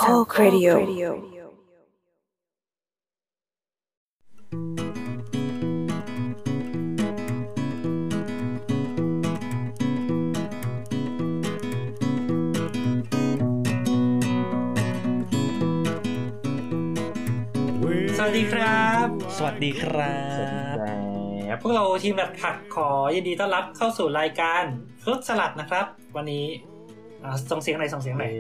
Talk Radio สวัสดีครับสวัสดีครับพวกเราทีมแบบผักขอยินดีต้อนรับเข้าสู่รายการฟรุตสลัดนะครับวันนี้ส่งเสียงหน่อยส่งเสียงหน่อย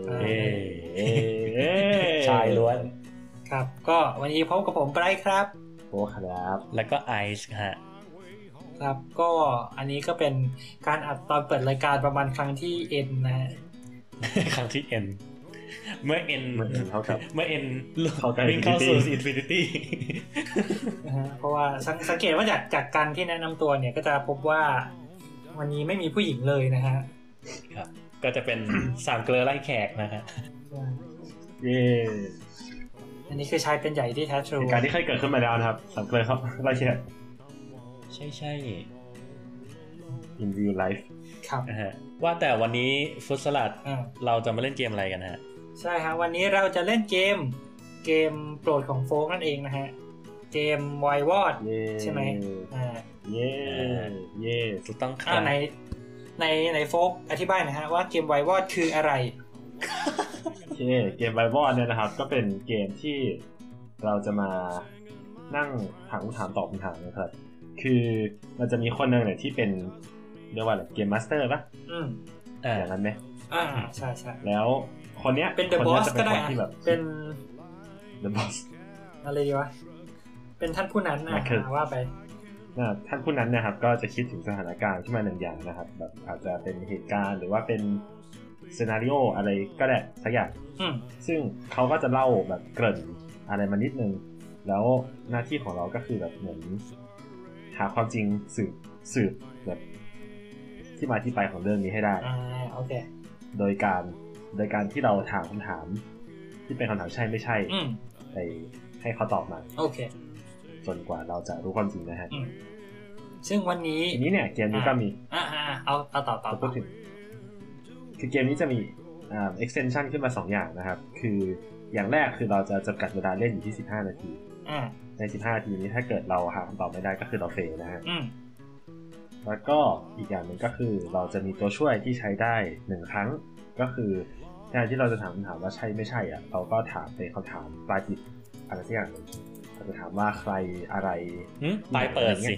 ชายล้วนครับก็วันนี้พบกับผมไบรท์ครับโอ้ครับแล้วก็ไอซ์ฮะครับก็อันนี้ก็เป็นการอัดตอนเปิดรายการประมาณครั้งที่ N นะครั้งที่ N เมื่อ N เท่ากับเมื่อ N วิ่งเข้าสู่ Infinity เพราะว่าสังเกตว่าจากการที่แนะนำตัวเนี่ยก็จะพบว่าวันนี้ไม่มีผู้หญิงเลยนะฮะครับก็จะเป็นสามเกลือไล่แขกนะฮะเย้อันนี้คือชายเป็นใหญ่ที่แท้ทรูการที่เคยเกิดขึ้นมาแล้วนะครับสามเกลือครับไล่แขกใช่ in real life ครับว่าแต่วันนี้ฟุตสลัดเราจะมาเล่นเกมอะไรกันฮะใช่ฮะวันนี้เราจะเล่นเกมโปรดของโฟกนั่นเองนะฮะเกม Wyward ใช่ไหมเย่ถูกต้องครับในโฟกอธิบายนะฮะว่าเกม Wyward คืออะไรโอเคเกม Wyward เนี่ยนะครับก็เป็นเกมที่เราจะมานั่งถามคำถามตอบคำถามนะครับคือมันจะมีคนนึงเนี่ยที่เป็นเรียกว่าอะไรเกมมาสเตอร์ป่ะอย่างนั้นไหมใช่ๆแล้วคนเนี้ยเป็น The Boss ก็ได้เป็น The Boss อะไรดีวะเป็นท่านผู้นั้นว่าไปท่านผู้นั้นนะครับก็จะคิดถึงสถานการณ์ขึ้นมาหนึ่งอย่างนะครับแบบอาจจะเป็นเหตุการณ์หรือว่าเป็นซีนาริโออะไรก็ได้สักอย่างซึ่งเขาก็จะเล่าแบบเกริ่นอะไรมานิดนึงแล้วหน้าที่ของเราก็คือแบบเหมือนหาความจริงสืบแบบที่มาที่ไปของเรื่องนี้ให้ได้โอเคโดยการที่เราถามคำถามที่เป็นคำถามใช่ไม่ใช่ไปให้เขาตอบมาโอเคจนกว่าเราจะรู้ความจริงนะฮะซึ่งวันนี้ทีนี้เนี่ยเกมนี้ก็มีเอาต่อพูดถึงคือเกมนี้จะมีextension ขึ้นมา2อย่างนะครับคืออย่างแรกคือเราจะจำกัดเวลาเล่นอยู่ที่15นาทีใน15นาทีนี้ถ้าเกิดเราหาคำตอบไม่ได้ก็คือเราเฟลนะฮะแล้วก็อีกอย่างหนึ่งก็คือเราจะมีตัวช่วยที่ใช้ได้1ครั้งก็คือแทนที่เราจะถามคำถามว่าใช่ไม่ใช่อ่ะเราก็ถามเป็นคำถามปลายปิดอะไรสักอย่างนึงเราจะถามว่าใครอะไรปลายเปิดสิ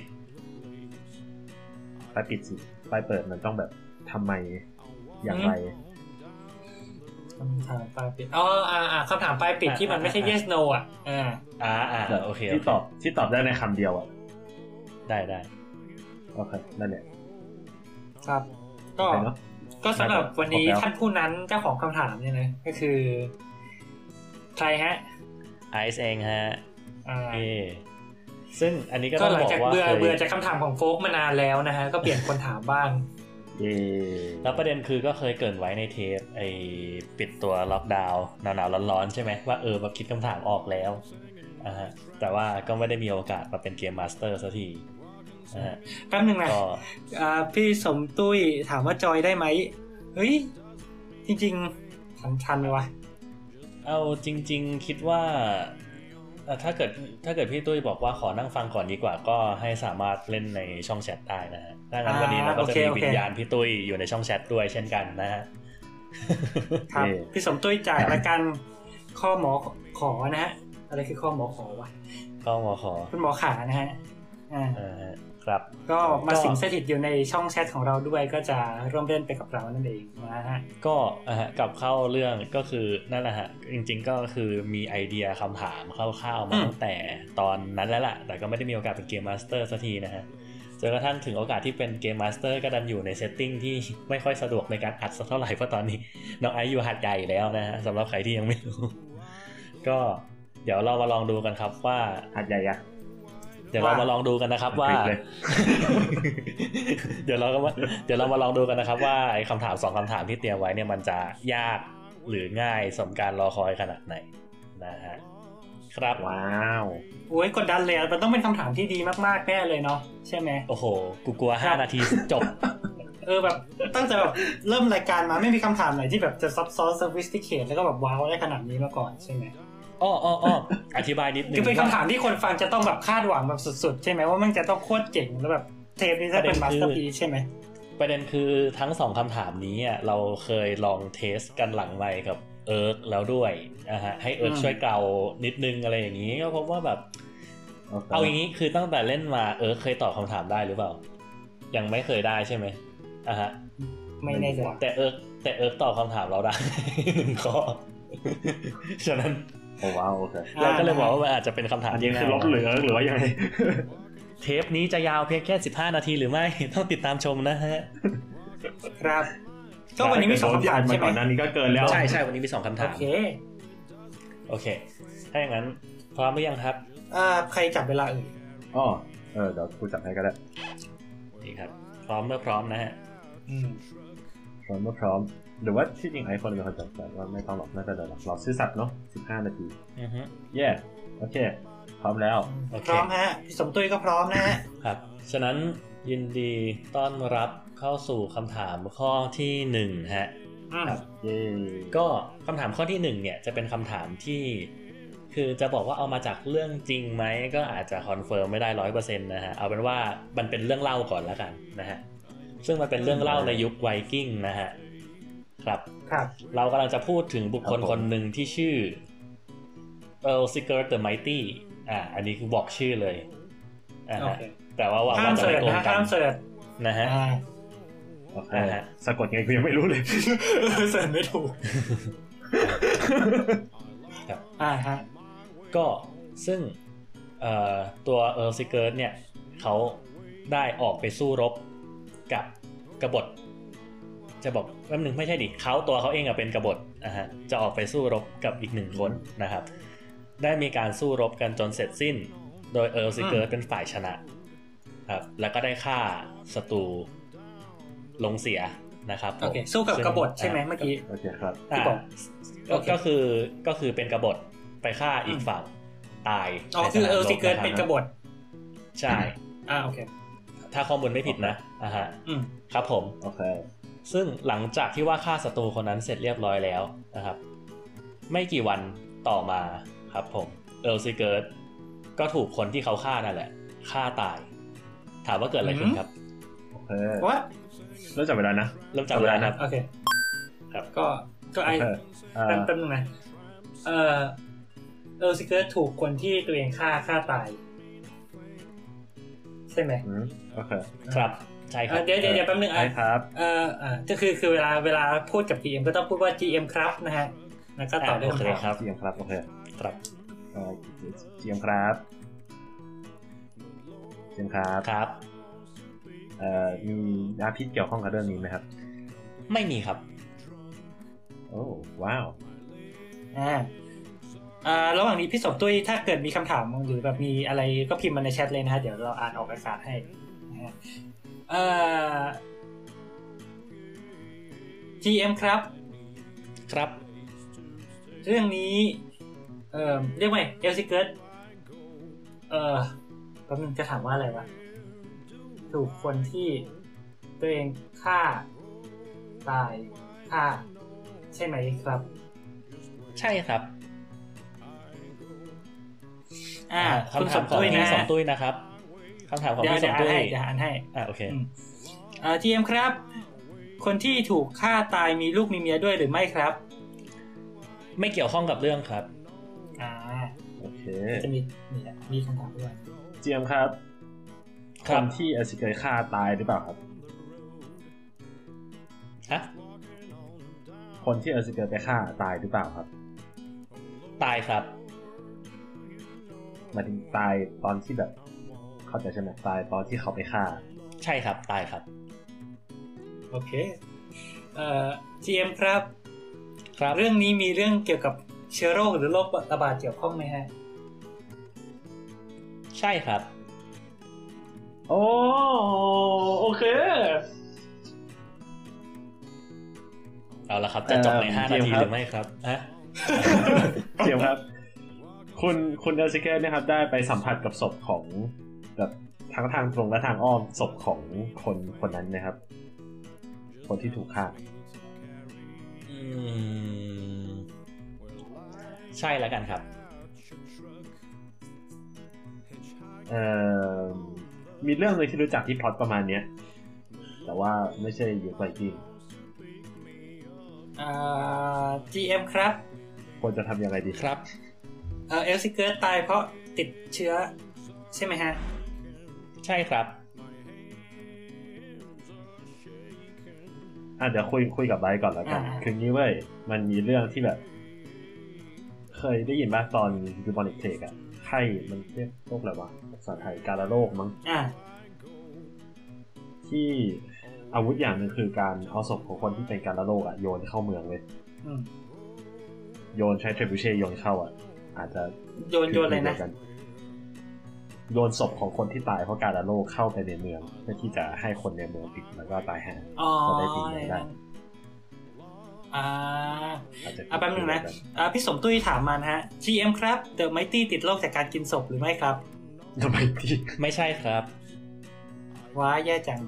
ปลายปิดสิปลายเปิดมันต้องแบบทำไมอย่างไรคำถามปลายปิดคำถามปลายปิดที่มันไม่ใช่ yes no โอเคที่ตอบได้ในคำเดียวอ่ะได้โอเคนั่นแหละครับก็สำหรับวันนี้ท่านผู้นั้นเจ้าของคำถามเนี่ยนะก็คือใครฮะไอซ์เองฮะซึ่งอันนี้ก็ต้องบอกว่าเบื่อจากคำถามของโฟกมานานแล้วนะฮะก็เปลี่ยนคนถามบ้างแล้วประเด็นคือก็เคยเกริ่นไว้ในเทปไอ้ปิดตัวล็อกดาวน์หนาวๆร้อนๆใช่ไหมว่ามาคิดคำถามออกแล้วแต่ว่าก็ไม่ได้มีโอกาสมาเป็นเกมมาสเตอร์สักทีแป๊บนึงนะพี่สมตุ้ยถามว่าจอยได้ไหมเฮ้ยจริงๆทันไหมวะเอาจริงๆคิดว่าถ้าเกิดพี่ตุ้ยบอกว่าขอนั่งฟังก่อนดีกว่าก็ให้สามารถเล่นในช่องแชทได้นะฮะดังนั้นวันนี้เราก็จะมีวิญญาณพี่ตุ้ยอยู่ในช่องแชทด้วยเช่นกันนะฮะครับพี่สมตุ้ยจ่ายละกันข้อหมอขอนะฮะอะไรคือข้อหมอขอวะข้อหมอขอคุณหมอขานะฮะครับก็มาสิงสถิตอยู่ในช่องแชทของเราด้วยก็จะร่วมเล่นไปกับเรานั่นเองนะฮะก็กับเข้าเรื่องก็คือนั่นแหละฮะจริงๆก็คือมีไอเดียคำถามคร่าวๆมาตั้งแต่ตอนนั้นแล้วล่ะแต่ก็ไม่ได้มีโอกาสเป็นเกมมาสเตอร์สักทีนะฮะจนกระทั่งถึงโอกาสที่เป็นเกมมาสเตอร์ก็ดันอยู่ในเซตติ้งที่ไม่ค่อยสะดวกในการอัดสักเท่าไหร่เพราะตอนนี้น้องไอซ์อยู่หาดใหญ่แล้วนะฮะสำหรับใครที่ยังไม่รู้ก็เดี๋ยวเรามาลองดูกันครับว่าหาดใหญ่อะเดี๋ยวเรามาลองดูกันนะครับว่าเดี๋ยวเรามาลองดูกันนะครับว่าไอ้คำถาม2คำถามที่เตรียมไว้เนี่ยมันจะยากหรือง่ายสมการรอคอยขนาดไหนนะฮะครับว้าวโอ้ยกดดันเลยมันต้องเป็นคำถามที่ดีมากๆแน่เลยเนาะใช่ไหมโอ้โหกูกลัว5นาทีจบแบบตั้งแต่แบบเริ่มรายการมาไม่มีคำถามไหนที่แบบจะซับซ้อนเซอร์ฟิสติเคทแล้วก็แบบว้าวได้ขนาดนี้มาก่อนใช่ไหมอ้ออธิบายนิดนึงคือเป็นคำถามที่คนฟังจะต้องแบบคาดหวังแบบสุดๆใช่ไหมว่ามันจะต้องโคตรเจ๋งแล้วแบบเทปนี้จะเป็นมาสเตอร์พีซใช่ไหมประเด็นคือทั้ง2คำถามนี้เราเคยลองเทสกันหลังไมค์กับเอิร์กแล้วด้วยให้เอิร์กช่วยเกานิดนึงอะไรอย่างนี้ก็พบว่าแบบเอาอย่างนี้คือตั้งแต่เล่นมาเอิร์กเคยตอบคำถามได้หรือเปล่ายังไม่เคยได้ใช่ไหมไม่แน่ใจแต่เอิร์กตอบคำถามเราได้1 ข้อฉะนั้นโอ้ว้าวโอเคเราก็เลยบอกว่ามันอาจจะเป็นคำถามที่คือลบเหลือหรือว่ายังไงเทปนี้จะยาวเพียงแค่15 นาทีหรือไม่ต้องติดตามชมนะฮะครับก็วันนี้มี2คำถามใช่ไหมก่อนหน้านี้ก็เกินแล้วใช่วันนี้มี2คำถามโอเคถ้าอย่างนั้นพร้อมหรือยังครับใครจับเวลาอื่นเดี๋ยวกูจับให้ก็ได้ดีครับพร้อมเมื่อพร้อมนะฮะพร้อมเมื่อพร้อมหรือว่าที่จริงไอคนเป็นคนจับแต่ว่าไม่ต้องหรอกน่าจะเดี๋ยวเราซื่อสัตย์เนาะ15 นาทีโอเคพร้อมแล้วพร้อมฮะพี่สมตุ้ยก็พร้อมนะฮะครับฉะนั้นยินดีต้อนรับเข้าสู่คำถามข้อที่1ฮะครับก็คำถามข้อที่1เนี่ยจะเป็นคำถามที่คือจะบอกว่าเอามาจากเรื่องจริงไหมก็อาจจะคอนเฟิร์มไม่ได้ 100% นะฮะเอาเป็นว่ามันเป็นเรื่องเล่าก่อนแล้วกันนะฮะซึ่งมันเป็นเรื่องเล่าในยุคไวกิ้งนะฮะครับเรากำลังจะพูดถึงบุคคลคนหนึ่งที่ชื่อEarl Sigurd the Mightyอันนี้คือบอกชื่อเลยแต่ว่าว่าจะไม่โกงกันนะฮะโอเคสะกดไงกูยังไม่รู้เลยเสิร์ชไม่ถูกฮะก็ซึ่งตัวEarl Sigurdเนี่ยเขาได้ออกไปสู้รบกับกบฏจะบอกแป๊บนึงไม่ใช่ดิตัวเขาเองเป็นกบฏจะออกไปสู้รบกับอีก1 คนนะครับได้มีการสู้รบกันจนเสร็จสิ้นโดยEarl Sigurdเป็นฝ่ายชนะครับแล้วก็ได้ฆ่าศัตรูลงเสียนะครับโอเคสู้กับกบฏใช่ไหมเมื่อกี้โอเคครับก็คือเป็นกบฏไปฆ่าอีกฝั่งตายคือEarl Sigurdเป็นกบฏใช่โอเคถ้าข้อมูลไม่ผิดนะครับผมโอเคซึ่งหลังจากที่ว่าฆ่าศัตรูคนนั้นเสร็จเรียบร้อยแล้วนะครับไม่กี่วันต่อมาครับผมEarl Sigurdก็ถูกคนที่เขาฆ่านั่นแหละฆ่าตายถามว่าเกิดอะไรขึ้นครับโอเคเริ่มจับเวลานะเริ่มจับเวลานะโอเคครับก็ไอ้แป๊บนึงนะEarl Sigurdถูกคนที่ตัวเองฆ่าตายใช่ไหมโอเคครับใช่ครับเดี๋ยวแป๊บนึงครับก็คือเวลาพูดกับ GM ก็ต้องพูดว่า GM ครับนะฮะแล้วก็ต่อด้วยครับ GM ครับโอเคครับ GM ครับGMครับครับมียาพิษเกี่ยวข้องกับเรื่องนี้ไหมครับไม่มีครับโอ้ว้าวระหว่างนี้พี่สมตุ้ยถ้าเกิดมีคำถามหรือแบบมีอะไรก็พิมพ์มาในแชทเลยนะฮะเดี๋ยวเราอ่านออกอากาศให้GM ครับเรื่องนี้เรียกว่าEarl Sigurdแป๊บนึงจะถามว่าอะไรวะถูกคนที่ตัวเองฆ่าตายฆ่าใช่ไหมครับใช่ครับคำถามของพี่สมตุ้ยนะครับคำถามของพี่สมตุ้ยจะอ่านให้โอเค GM ครับคนที่ถูกฆ่าตายมีลูกมีเมียด้วยหรือไม่ครับไม่เกี่ยวข้องกับเรื่องครับโอเคจะมีคำถามด้วย GM ครับคนที่Earl Sigurdฆ่าตายหรือเปล่าครับคนที่Earl Sigurdไปฆ่าตายหรือเปล่าครับตายครับหมายถึงตายตอนที่แบบเข้าใจใช่ไหมตายตอนที่เขาไปฆ่าใช่ครับตายครับโอเคGM ครับเรื่องนี้มีเรื่องเกี่ยวกับเชื้อโรคหรือโรคระบาดเกี่ยวข้องไหมฮะใช่ครับโอเคเอาละครับจะจบใน5 นาทีหรือไม่ครับเดี๋ยวครับคุณEarl Sigurdนะครับได้ไปสัมผัสกับศพของแบบทั้งทางตรงและทางอ้อมศพของคนนั้นนะครับคนที่ถูกฆ่าใช่แล้วกันครับมีเรื่องนึงที่รู้จักที่พล็อตประมาณนี้แต่ว่าไม่ใช่อยู่ไวกิ้ง GM ครับควรจะทำยังไงดีครับเอลซิเกิร์ตตายเพราะติดเชื้อใช่ไหมฮะใช่ครับเดี๋ยวคุยกับไบร์ทก่อนแล้วกันคืองี้เว้ยมันมีเรื่องที่แบบเคยได้ยินป่ะตอนยูบอนิกเทคอะไข้มันเรียกโรคอะไรวะภาษาไทยกาฬโรคมั้งที่อาวุธอย่างนึงคือการเอาศพของคนที่เป็นกาฬโรคอะโยนเข้าเมืองเลยโยนใช้เทรบูเช่โยนเข้าอะอาจจะโยนอะไรนะโยนศพของคนที่ตายเพราะกาฬโรคเข้าไปในเมืองเพื่อที่จะให้คนในเมืองติดแล้วก็ตายห่าก็ได้ตีเมืองได้แป๊บนึงนะพี่สมตุ้ยถามมานะฮะ GM ครับ The Mighty ติดโรคจากการกินศพหรือไม่ครับ The Mighty ไม่ใช่ครับว้าแย่จัง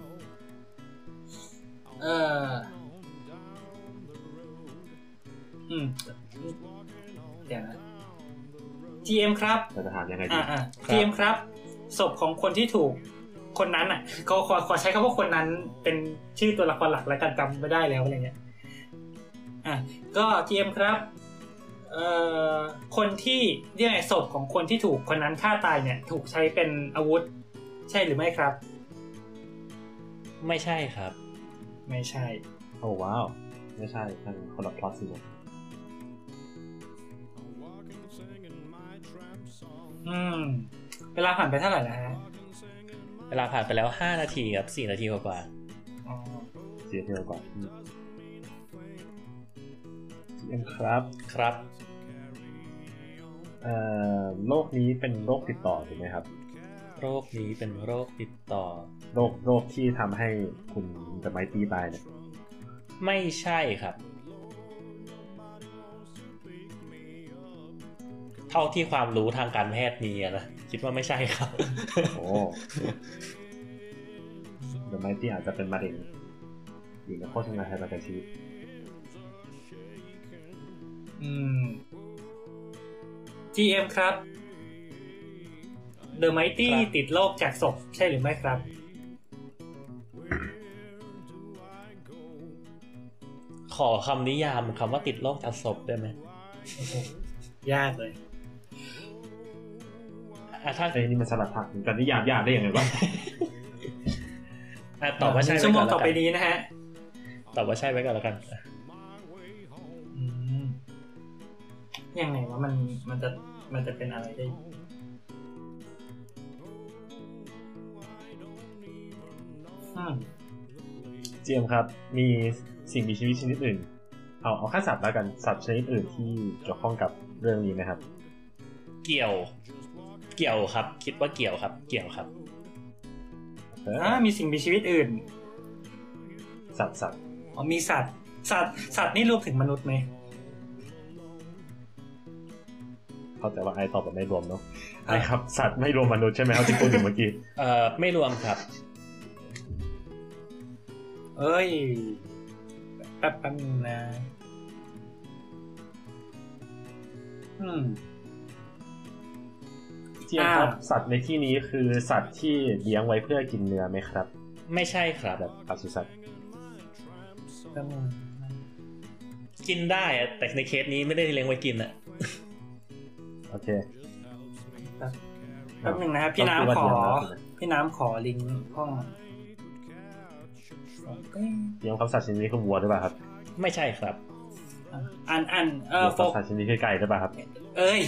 เดี๋ยวนะ GM ครับจะถามยังไงดี GM ครับศพของคนที่ถูกคนนั้นอ่ะก็ขอใช้คำว่าคนนั้นเป็นชื่อตัวละครหลักแล้วกันจำไม่ได้แล้วอะไรเงี้ยก็ GM ครับคนที่เรียกไงศพของคนที่ถูกคนนั้นฆ่าตายเนี่ยถูกใช้เป็นอาวุธใช่หรือไม่ครับไม่ใช่ครับไม่ใช่โอ้ว้าวไม่ใช่ทางคนละพล็อตสินะเวลาผ่านไปเท่าไหร่แล้วฮะเวลาผ่านไปแล้ว5นาทีครับ4นาทีกว่า 4นาทีกว่าครับครับโรคนี้เป็นโรคติดต่อถูกไหมครับโรคนี้เป็นโรคติดต่อโรคที่ทำให้คุณThe Mightyตายเนี่ยไม่ใช่ครับเท่าที่ความรู้ทางการแพทย์มีนะคิดว่าไม่ใช่ครับโอ้ The Mighty อาจจะเป็นมะเร็งอยู่ในโฆษณาไทยประกันชีวิต GM ครับ The Mighty ติดโรคจากศพใช่หรือไม่ครับขอคำนิยามคำว่าติดโรคจากศพได้ไหมยากเลยถ้านี่มันสลัดผักกันนิยามยากได้ยังไงวะตอบว่าใช่ชั่วโมงต่อไปนี้นะฮะตอบว่าใช่ไว้ก่อนแล้วกันยังไงวะมันจะเป็นอะไรได้เจียมครับมีสิ่งมีชีวิตชนิดอื่นเอาแค่สัตว์แล้วกันสัตว์ชนิดอื่นที่เกี่ยวข้องกับเรื่องนี้ไหมครับเกี่ยวครับคิดว่าเกี่ยวครับมีสิ่งมีชีวิตอื่นสัตว์มีสัตว์นี่รวมถึงมนุษย์ไหมเข้าใจว่าไอตอบแบบไม่รวมเนาะไอครับสัตว์ไม่รวมมนุษย์ใช่ไหมครับที่พูดถึงเมื่อกี้ไม่รวมครับเอ้ยแป๊บนึงนะเจียมครับสัตว์ในที่นี้คือสัตว์ที่เลี้ยงไว้เพื่อกินเนื้อไหมครับไม่ใช่ครับแบบปศุสัตว์กินได้แต่ในเคสนี้ไม่ได้เลี้ยงไว้กินอะโอเคแป๊บนึงนะครับพี่น้ำขอลิงก์ห้องเลี้ยงสัตว์ชนิดนี้คือวัวหรือเปล่าครับไม่ใช่ครับสัตว์ชนิดนี้คือไก่หรือเปล่าครับเอ้ย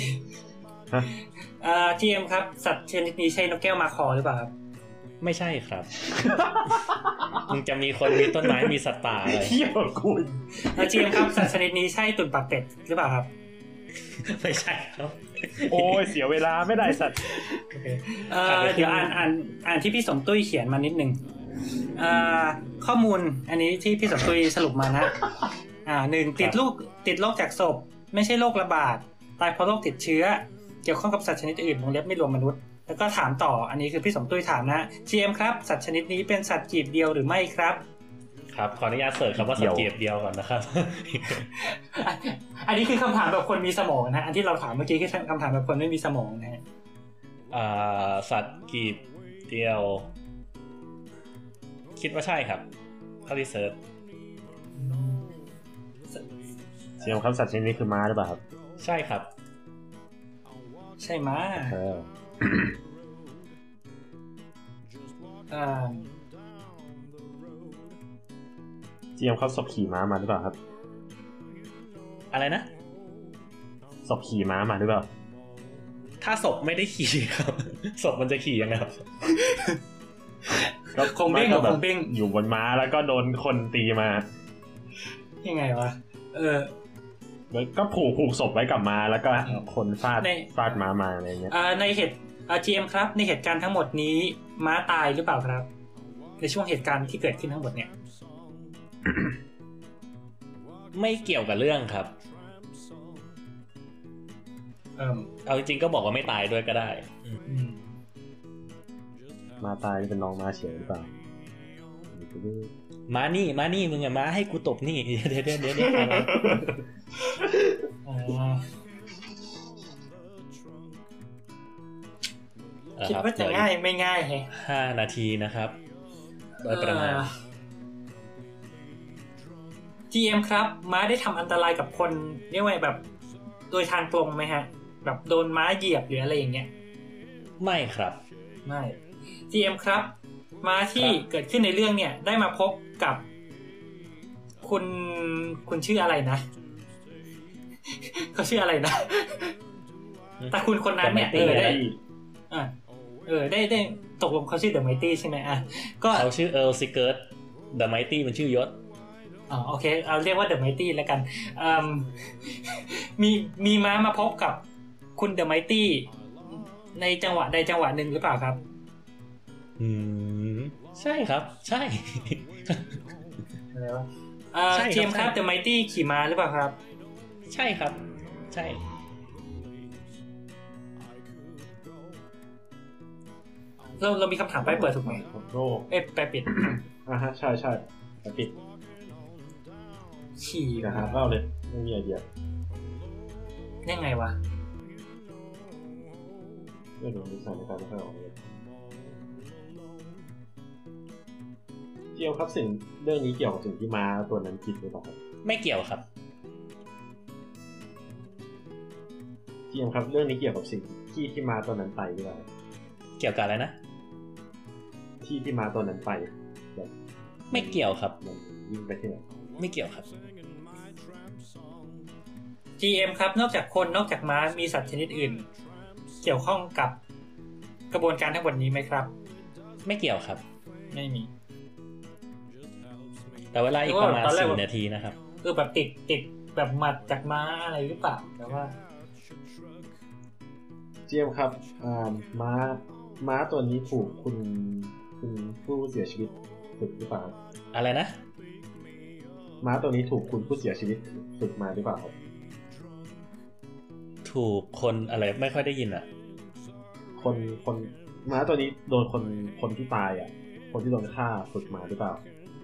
GM ครับสัตว์ชนิดนี้ใช่นกแก้วมาคอหรือเปล่าครับไม่ใช่ครับมึงจะมีคนมีต้นไม้มีสัตว์ป่าอะไรเหี้ยกู GM ครับสัตว์ชนิดนี้ใช่ตุ่นปากเป็ดหรือเปล่าครับไม่ใช่ครับโอ้ยเสียเวลาไม่ได้สัตว์เดี๋ยวอ่านที่พี่สมตุ้ยเขียนมานิดนึงข้อมูลอันนี้ที่พี่สมตุ้ยสรุปมานะ1ติดโรคจากศพไม่ใช่โรคระบาดตายเพราะโรคติดเชื้อเกี่ยวข้องกับสัตว์ชนิดอื่นวงเล็บไม่รวมมนุษย์แล้วก็ถามต่ออันนี้คือพี่สมตุ้ยถามนะ GM ครับสัตว์ชนิดนี้เป็นสัตว์กีบเดียวหรือไม่ครับครับขออนุญาตเสิร์ชคำว่าสเก็ปเดียวก่อนนะครับอันนี้คือคำถามแบบคนมีสมองนะอันที่เราถามเมื่อกี้คือคำถามแบบคนไม่มีสมองนะฮะสัตว์กีบเดียวคิดว่าใช่ครับเข้ารีเสิร์ชเสียงคำสัตว์ชนิดนี้คือม้าหรือเปล่าครับใช่ครับใช่ม้าเจียมเขาศพขี่ม้ามาหรือเปล่าครับอะไรนะศพขี่ม้ามาหรือเปล่าถ้าศพไม่ได้ขี่ครับศพมันจะขี่ยังไงครับก็คงเบ้งอยู่บนม้าแล้วก็โดนคนตีมายังไงวะแล้วก็ผูกศพไว้กับม้าแล้วก็คนฟาดม้ามาอะไรเงี้ยในเหตุGM ครับในเหตุการณ์ทั้งหมดนี้ม้าตายหรือเปล่าครับในช่วงเหตุการณ์ที่เกิดขึ้นทั้งหมดเนี่ยไม่เกี่ยวกับเรื่องครับเอาจริงๆก็บอกว่าไม่ตายด้วยก็ได้มาตายเป็นน้องม้าเฉยหรือเปล่าม้านี่มึงอะม้าให้กูตบนี่เดี๋ยวคิดว่าจะง่ายไม่ง่ายแฮะ 5 นาทีนะครับโดยประมาณ GM ครับม้าได้ทำอันตรายกับคนเรียกว่าแบบโดยทางตรงไหมฮะแบบโดนม้าเหยียบหรืออะไรอย่างเงี้ยไม่ครับไม่ GM ครับม้าที่เกิดขึ้นในเรื่องเนี่ยได้มาพบกับคุณชื่ออะไรนะเขาชื่ออะไรนะแต่คุณคนนั้นเนี่ยได้ตกลงเขาชื่อ The Mighty ใช่ไหมก็เขาชื่อ Earl Sigurd The Mighty มันชื่อยศโอเคเอาเรียกว่า The Mighty แล้วกันมีม้ามาพบกับคุณ The Mighty ในจังหวะใดจังหวะหนึ่งหรือเปล่าครับใช่ครับใช่อะไรวะเจมส์ครับ The Mighty ขี่ม้าหรือเปล่าครับใช่ครับใช่เรามีคำถามไปเปิดถูกไหมไปปิดฮะใช่ไปปิดขี่นะครับเล่าเลยไม่มีไอเดียยังไงวะไม่รู้นิสัยในการไม่ค่อยออกเลยเกี่ยวครับสิ่งเรื่องนี้เกี่ยวกับสิ่งที่ม้าตัวนั้นคิดหรือเปล่าครับไม่เกี่ยวครับเกี่ยวครับเรื่องนี้เกี่ยวกับสิ่งที่ม้าตัวนั้นไปหรือเปล่าเกี่ยวกับอะไรนะที่ม้าตัวนั้นไปไม่เกี่ยวครับวิ่งไปที่ไหนไม่เกี่ยวครับ GM ครับนอกจากคนนอกจากม้ามีสัตว์ชนิดอื่นเกี่ยวข้องกับกระบวนการทั้งหมดนี้ไหมครับไม่เกี่ยวครับไม่มีแต่เวลาอีกประมาณ4 นาทีนะครับแบบติดแบบหมัดจากม้าอะไรหรือเปล่าแต่ว่า GM ครับม้าตัวนี้ถูกคุณผู้เสียชีวิตฝึกหรือเปล่าอะไรนะม้าตัวนี้ถูกคุณผู้เสียชีวิตฝึกมาหรือเปล่าครับถูกคนอะไรไม่ค่อยได้ยินอ่ะคนม้าตัวนี้โดนคนที่ตายอ่ะคนที่โดนฆ่าฝึกมาหรือเปล่า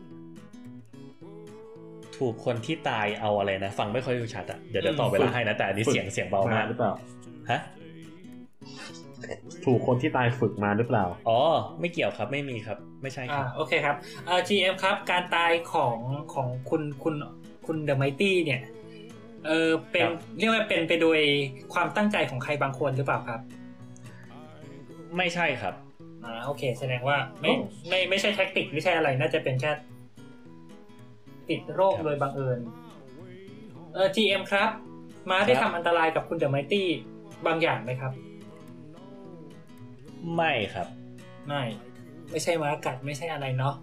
ถูกคนที่ตายเอาอะไรนะฟังไม่ค่อยชัดอ่ะเดี๋ยวตอบเวลาให้นะแต่อันนี้เสียงเบามากหรือเปล่าฮะถูกคนที่ตายฝึกมาหรือเปล่าอ๋อไม่เกี่ยวครับไม่มีครับไม่ใช่ครับโอเคครับGM ครับการตายของคุณ The Mighty เนี่ยเป็นเรียกว่าเป็นไปโดยความตั้งใจของใครบางคนหรือเปล่าครับไม่ใช่ครับโอเคแสดงว่าไม่ใช่แท็กติกไม่ใช่อะไรน่าจะเป็นแค่ติดโรคโดยบังเอิญGM ครับม้าได้ทำอันตรายกับคุณ The Mighty บางอย่างไหมครับไม่ครับไม่ใช่ม้ากัดไม่ใช่อะไรเนาะ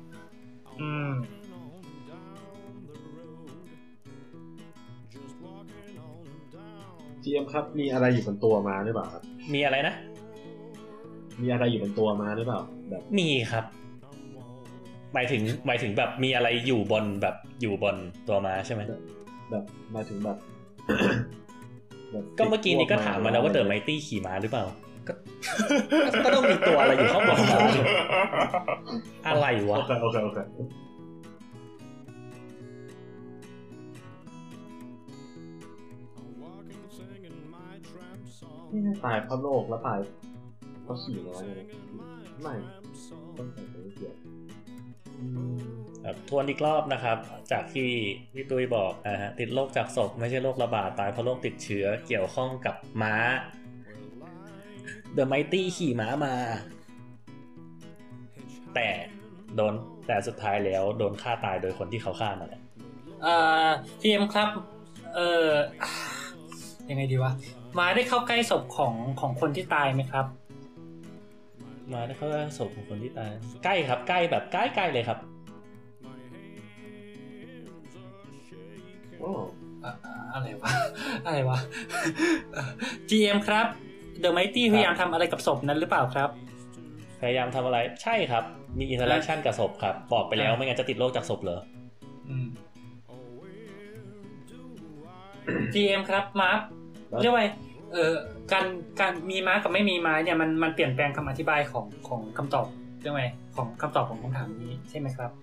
GM ครับมีอะไรอยู่บนตัวมาหรือเปล่าครับมีอะไรนะมีอะไรอยู่บนตัวมาหรือเปล่าแบบมีครับหมายถึงแบบมีอะไรอยู่บนแบบอยู่บนตัวม้าใช่ไหมแบบหมายถึงแบบก็เมื่อกี้นี้ก็ถามมาแล้วว่าเดอะไมตี้ขี่ม้าหรือเปล่าก็ต้องมีตัวอะไรอยู่ข้างบนม้าอะไรวะโอเคนี่ตายเพราะโรคแล้วตายเพราะขี่น้อยเลยไม่ต้องใส่ตัวเกี่ยวทวนอีกรอบนะครับจากที่พี่ตุ้ยบอกติดโรคจากศพไม่ใช่โรคระบาดตายเพราะโรคติดเชื้อเกี่ยวข้องกับม้า The Mighty ขี่ม้ามาแต่สุดท้ายแล้วโดนฆ่าตายโดยคนที่เขาฆ่านั่นแหละทีมครับยังไงดีวะมาได้เข้าใกล้ศพของคนที่ตายไหมครับมาได้เข้าใกล้ศพของคนที่ตายใกล้ครับใกล้แบบใกล้ๆเลยครับอะไรวะ GM ครับ The Mighty พยายามทำอะไรกับศพนั้นหรือเปล่าครับพยายามทำอะไรใช่ครับมีอินเทอร์แอคชั่นกับศพครับบอกไปแล้วไม่งั้นจะติดโรคจากศพเหรอ GM ครับมาร์คเรียกว่าการมีม้ากับไม่มีม้าเนี่ยมันเปลี่ยนแปลงคำอธิบายของคำตอบเรียกว่าของคำตอบของคำถามนี้ใช่ไหมครับ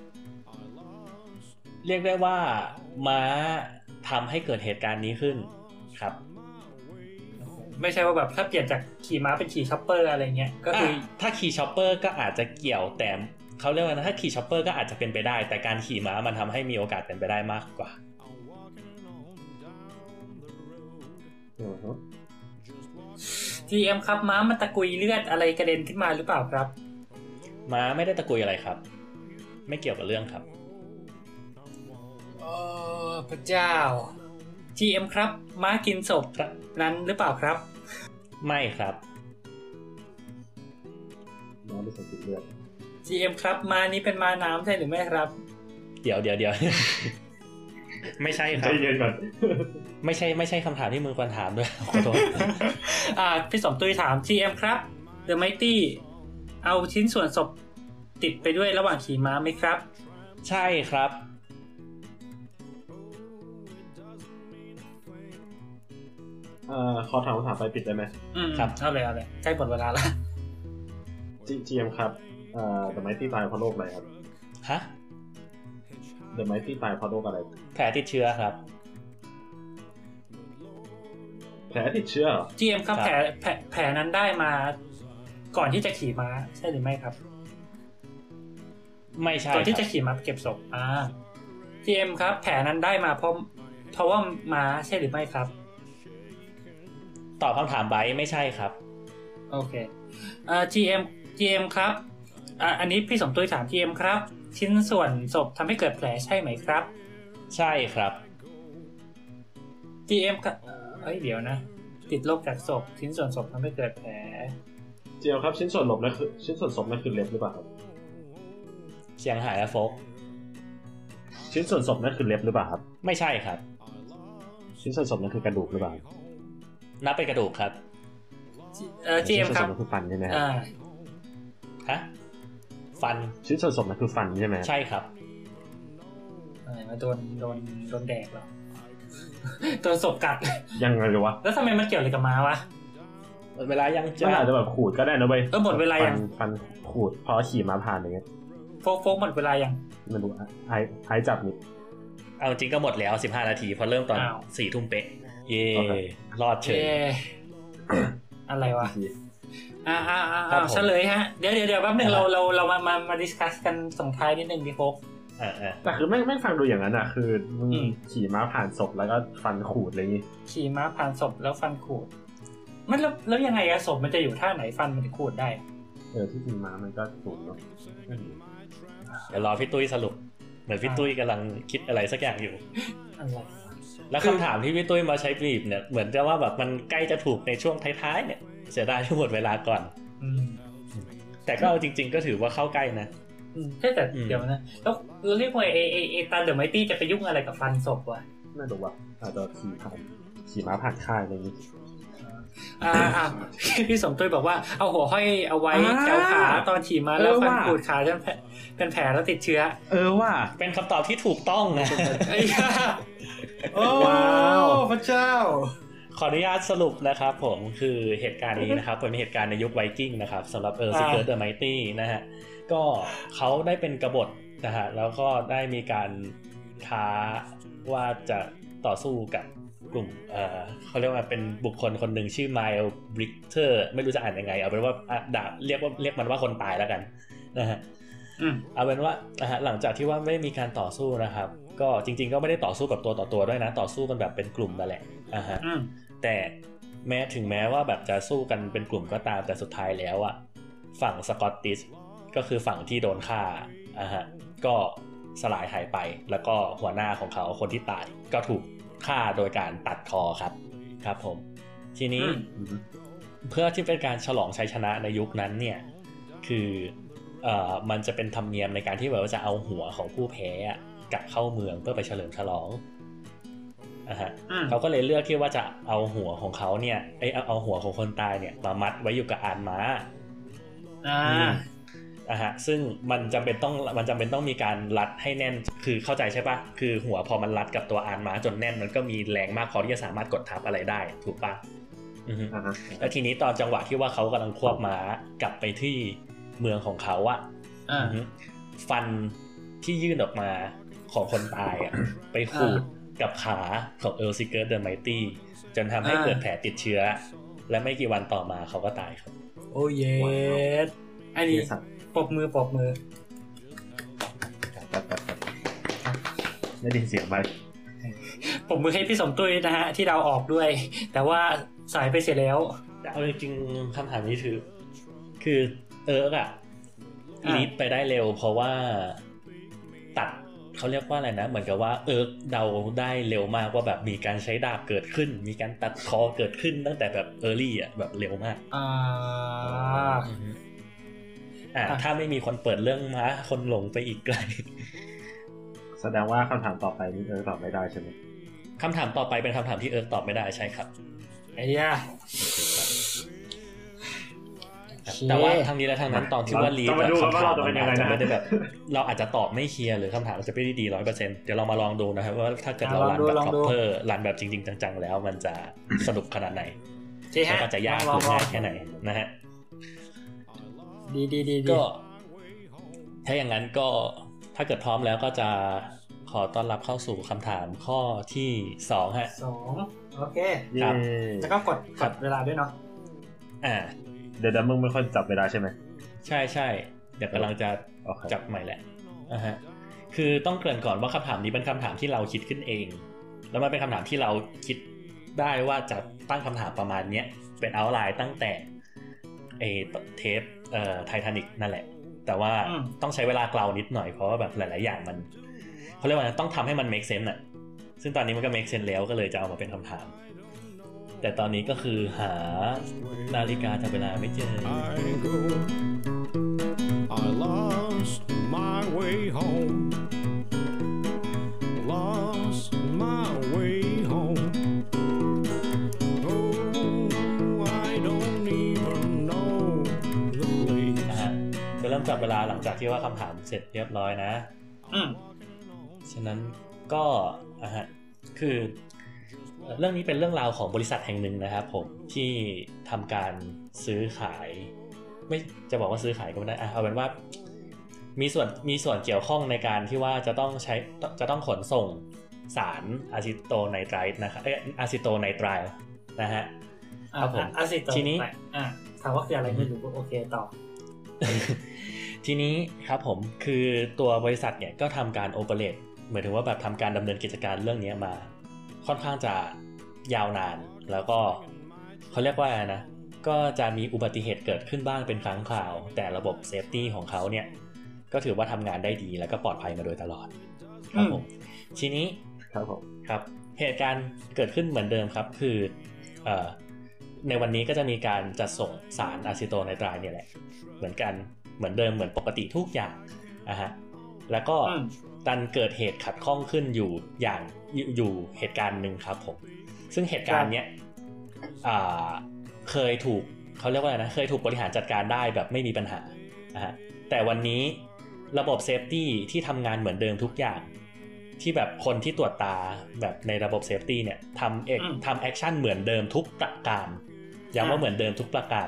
เรียกได้ว่าม้าทำให้เกิดเหตุการณ์นี้ขึ้นครับไม่ใช่ว่าแบบถ้าเปลี่ยนจากขี่ม้าเป็นขี่ช็อปเปอร์อะไรเงี้ยก็คือถ้าขี่ช็อปเปอร์ก็อาจจะเกี่ยวแต่เขาเรียกว่าถ้าขี่ช็อปเปอร์ก็อาจจะเป็นไปได้แต่การขี่ม้ามันทำให้มีโอกาสเป็นไปได้มากกว่า GM ครับม้ามันตะกุยเลือดอะไรกระเด็นขึ้นมาหรือเปล่าครับม้าไม่ได้ตะกุยอะไรครับไม่เกี่ยวกับเรื่องครับพระเจ้า GM ครับม้ากินศพนั้นหรือเปล่าครับไม่ครับม้าไม่ใช่กินเลือด GM ครับม้านี้เป็นม้าน้ำใช่หรือไม่ครับเดี๋ยวไม่ใช่ครับใจเย็นก่อนไม่ใช่คำถามที่มึงควรถามด้วยขอโทษพี่สมตุ้ยถาม GM ครับ The Mighty เอาชิ้นส่วนศพติดไปด้วยระหว่างขี่ม้าไหมครับใช่ครับขอถามคำถามไปปิดได้ไหมครับเอาเลยใกล้หมดเวลาแล้ว GM ครับThe Mighty ตายเพราะโรคอะไรครับฮะ The Mighty ตายเพราะโรคอะไรแผลติดเชื้อครับแผลติดเชื้อ GM ครับแผลนั้นได้มาก่อนที่จะขี่ม้าใช่หรือไม่ครับไม่ใช่ก่อนที่จะขี่ม้าเก็บศพGM ครับแผลนั้นได้มาเพราะว่าม้าใช่หรือไม่ครับตอบคำถามไบไม่ใช่ครับโอเคGM ครับอันนี้พี่สมตุ้ยถาม GM ครับชิ้นส่วนศพทำให้เกิดแผลใช่ไหมครับใช่ครับ GM ครับเดี๋ยวนะติดโรคจากศพชิ้นส่วนศพทำให้เกิดแผล GM ครับชิ้นส่วนศพนั่นคือเล็บหรือเปล่าครับเสียงหายแล้วโฟกชิ้นส่วนศพนั่นคือเล็บหรือเปล่าครับไม่ใช่ครับชิ้นส่วนศพนั่นคือกระดูกหรือเปล่านับเป็นกระดูกครับ GM ครับชิ้นส่วนศพนั่นคือฟันใช่ไหมครับฮะฟันชิ้นส่วนศพนั่นคือฟันใช่ไหมใช่ครับมาโดนแดกเหรอโดนศพกัดยังไงวะแล้วทำไมมันเกี่ยวอะไรกับม้าวะเวลายังจะอาจจะแบบขูดก็ได้นะเว้ยหมดเวลายังฟันขูดพอขี่ม้าผ่านอย่างเงี้ยโฟกหมดเวลายังไม่รู้ไอ้จับนี่เอาจริงก็หมดแล้ว15นาทีพอเริ่มตอน 4 ทุ่มเป๊ะเย่รอดเฉยอะไรวะเฉลยฮะเดี๋ยวแป๊บนึงเรามาดิสคัสกันส่งท้ายนิดนึงดิโฟกแต่คือไม่ฟังดูอย่างนั้นอ่ะคือขี่ม้าผ่านศพแล้วก็ฟันขูดอะไรอย่างงี้ขี่ม้าผ่านศพแล้วฟันขูดมันแล้วยังไงอะศพมันจะอยู่ท่าไหนฟันมันจะขูดได้ที่ขี่ม้ามันก็ขูดเนาะเดี๋ยวรอพี่ตุ้ยสรุปเหมือนพี่ตุ้ยกำลังคิดอะไรสักอย่างอยู่อะไรแล้วคำถามที่พี่ตุ้ยมาใช้บีบเนี่ยเหมือนจะว่าแบบมันใกล้จะถูกในช่วงท้ายๆเนี่ยเสียดายที่หมดเวลาก่อนแต่ก็เอาจริงๆก็ถือว่าเข้าใกล้นะใช่แต่เดี๋ยวนะแล้วเรียกว่าไอ้ตาเดอะไมตี้จะไปยุ่งอะไรกับฟันศพวะไม่รู้ว่าอาจจะขี่ม้าผ่านค่ายอะไรนี้พี่สมตุ้ยบอกว่าเอาหัวห้อยเอาไว้แถวขาตอนขี่ม้าแล้วฟันขูดขาจนเป็นแผลแล้วติดเชื้อว่าเป็นคำตอบที่ถูกต้องนะว้าวพระเจ้าขออนุญาตสรุปนะครับผมคือเหตุการณ์นี้นะครับเป็นเหตุการณ์ในยุคไวกิ้งนะครับสำหรับSecret the Mighty นะฮะก็เขาได้เป็นกบฏนะฮะแล้วก็ได้มีการท้าว่าจะต่อสู้กับเขาเรียกว่าเป็นบุคคลคนหนึ่งชื่อไมล์บริกเตอร์ไม่รู้จะอ่านยังไงเอาเป็นว่าเรียกมันว่าคนตายแล้วกันนะฮะเอาเป็นว่าหลังจากที่ว่าไม่มีการต่อสู้นะครับก็จริงๆก็ไม่ได้ต่อสู้แบบตัวต่อตัวด้วยนะต่อสู้กันแบบเป็นกลุ่มนั่นแหละแต่ถึงแม้ว่าแบบจะสู้กันเป็นกลุ่มก็ตามแต่สุดท้ายแล้วอ่ะฝั่งสกอตติชก็คือฝั่งที่โดนฆ่าก็สลายหายไปแล้วก็หัวหน้าของเขาคนที่ตายก็ถูกฆ่าโดยการตัดคอครับผมทีนี้เพื่อที่เป็นการฉลองชัยชนะในยุคนั้นเนี่ยคือมันจะเป็นธรรมเนียมในการที่แบบว่าจะเอาหัวของผู้แพ้กลับเข้าเมืองเพื่อไปเฉลิมฉลองเขาก็เลยเลือกที่ว่าจะเอาหัวของเขาเนี่ยเอาหัวของคนตายเนี่ยมามัดไว้อยู่กับอานม้าซึ่งมันจำเป็นต้องมีการรัดให้แน่นคือเข้าใจใช่ปะคือหัวพอมันรัดกับตัวอานม้าจนแน่นมันก็มีแรงมากพอที่จะสามารถกดทับอะไรได้ถูกปะแล้วทีนี้ตอนจังหวะที่ว่าเขากำลังควบม้ากลับไปที่เมืองของเขาฟันที่ยื่นออกมาของคนตายไปขูดกับขาของElseeker the Mighty จนทำให้เกิดแผลติดเชื้อและไม่กี่วันต่อมาเขาก็ตายครับโอ้เยสอันนี้ปรบมือได้ยินเสียงไหมปรบมือให้พี่สมตุ้ยนะฮะที่เราออกด้วยแต่ว่าสายไปเสียแล้วเอาจริงๆคำถามนี้คือลีดไปได้เร็วเพราะว่าตัดเขาเรียกว่าอะไรนะเหมือนกับว่าเดาได้เร็วมากว่าแบบมีการใช้ดาบเกิดขึ้นมีการตัดคอเกิดขึ้นตั้งแต่แบบearlyแบบเร็วมากถ้าไม่มีคนเปิดเรื่องม้าคนหลงไปอีกไกลแสดงว่าคำถามต่อไปนี้ตอบไม่ได้ใช่ไหมคำถามต่อไปเป็นคำถามที่ตอบไม่ได้ใช่ครับไอ้ย่าแต่ว่าทางนี้และทางนั้นตอนที่ว่าลีดคำถามมันอาจจะไม่ได้แบบเราอาจจะตอบไม่เคลียร์หรือคำถามจะไม่ได้ดี 100% เดี๋ยวเรามาลองดูนะครับว่าถ้าเกิดเรารันแบบ proper รันแบบจริงๆจังๆแล้วมันจะสนุกขนาดไหนแล้วก็จะยากหรือง่ายแค่ไหนนะฮะดีก็ถ้าอย่างนั้นก็ถ้าเกิดพร้อมแล้วก็จะขอต้อนรับเข้าสู่คำถามข้อที่2ฮะ 2โอเคครับแล้วก็กดเวลาด้วยเนาะเดี๋ยวมึงเป็นคนจับเวลาใช่ไหมใช่เดี๋ยวกำลังจะจับใหม่แหละคือต้องเกริ่นก่อนว่าคำถามนี้เป็นคำถามที่เราคิดขึ้นเองแล้วมันเป็นคำถามที่เราคิดได้ว่าจะตั้งคำถามประมาณนี้เป็นเอาท์ไลน์ตั้งแต่เทปไททานิคนั่นแหละแต่ว่าต้องใช้เวลาเกลานิดหน่อยเพราะว่าแบบหลายๆอย่างมันเขาเรียกว่าต้องทำให้มัน make sense ซึ่งตอนนี้มันก็ make sense แล้วก็เลยจะเอามาเป็นคำถามแต่ตอนนี้ก็คือหานาฬิกาจับเวลาไม่เจอ I lost my way home lost my way home oh I don't even know the place จะเริ่มจับเวลาหลังจากที่ว่าคำถามเสร็จเรียบร้อยนะฉะนั้นก็คือเรื่องนี้เป็นเรื่องราวของบริษัทแห่งหนึ่งนะครับผมที่ทำการซื้อขายไม่จะบอกว่าซื้อขายก็ไม่ได้เอาเป็นว่ามีส่วนเกี่ยวข้องในการที่ว่าจะต้องขนส่งสารอะซิโตไนไตรท์นะครับอะซิโตไนไตรท์นะฮะครับผมทีนี้ถามว่าคืออะไรไม่รู้โอเคต่อทีนี้ครับผมคือตัวบริษัทเนี่ยก็ทำการโอเปเรตหมายถึงว่าแบบทำการดำเนินกิจการเรื่องนี้มาค่อนข้างจะยาวนานแล้วก็เขาเรียกว่านะก็จะมีอุบัติเหตุเกิดขึ้นบ้างเป็นครั้งคราวแต่ระบบเซฟตี้ของเขาเนี่ยก็ถือว่าทำงานได้ดีแล้วก็ปลอดภัยมาโดยตลอดครับผมทีนี้ครับผมครับเหตุการณ์เกิดขึ้นเหมือนเดิมครับคือในวันนี้ก็จะมีการจัดส่งสารอะซิโตไนไตรท์เนี่ยแหละเหมือนกันเหมือนเดิมเหมือนปกติทุกอย่างแล้วก็ดันเกิดเหตุขัดข้องขึ้นอยู่เหตุการณ์นึงครับผมซึ่งเหตุการณ์เนี้ยเคยถูกเขาเรียกว่าอะไรนะเคยถูกบริหารจัดการได้แบบไม่มีปัญหาแต่วันนี้ระบบเซฟตี้ที่ทำงานเหมือนเดิมทุกอย่างที่แบบคนที่ตรวจตาแบบในระบบเซฟตี้เนี่ยทำแอคชั่นเหมือนเดิมทุกประการย้ำว่าเหมือนเดิมทุกประการ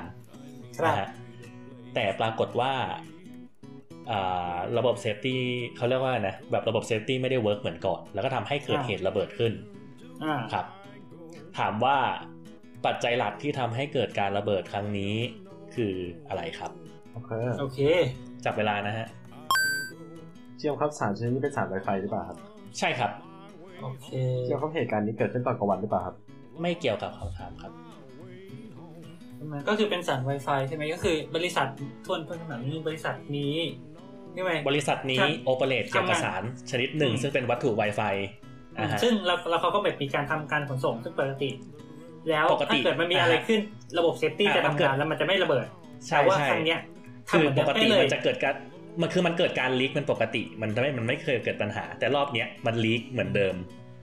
แต่ปรากฏว่าระบบเซฟตี้เขาเรียกว่านะแบบระบบเซฟตี้ไม่ได้เวิร์กเหมือนก่อนแล้วก็ทำให้เกิดเหตุระเบิดขึ้นครับถามว่าปัจจัยหลักที่ทำให้เกิดการระเบิดครั้งนี้คืออะไรครับโอเคจับเวลานะฮะเชี่ยวครับสารชนิดนี้เป็นสาร Wi-Fi หรือเปล่าครับใช่ครับโอเคเชี่ยวครับเหตุการณ์นี้เกิดขึ้นตอนกลางวันหรือเปล่าครับไม่เกี่ยวกับคำถามครับก็คือเป็นสาร Wi-Fi ใช่ไหมก็คือบริษัททวนขนาดนี้บริษัทนี้ใช่ไหมบริษัทนี้โอเปเรตเกี่ยวกับสารชนิดหนึ่งซึ่งเป็นวัตถุ Wi-Fi ซึ่งเราเขาก็แบบมีการทำการขนส่งซึ่งปกติแล้วถ้าเกิดมันมีอะไรขึ้นระบบเซฟตี้จะทำงานแล้วมันจะไม่ระเบิดแต่ว่าครั้งเนี้ยคือปกติมันจะเกิดการมันเกิดการลีกมันปกติมันไม่เคยเกิดปัญหาแต่รอบเนี้ยมันลีกเหมือนเดิม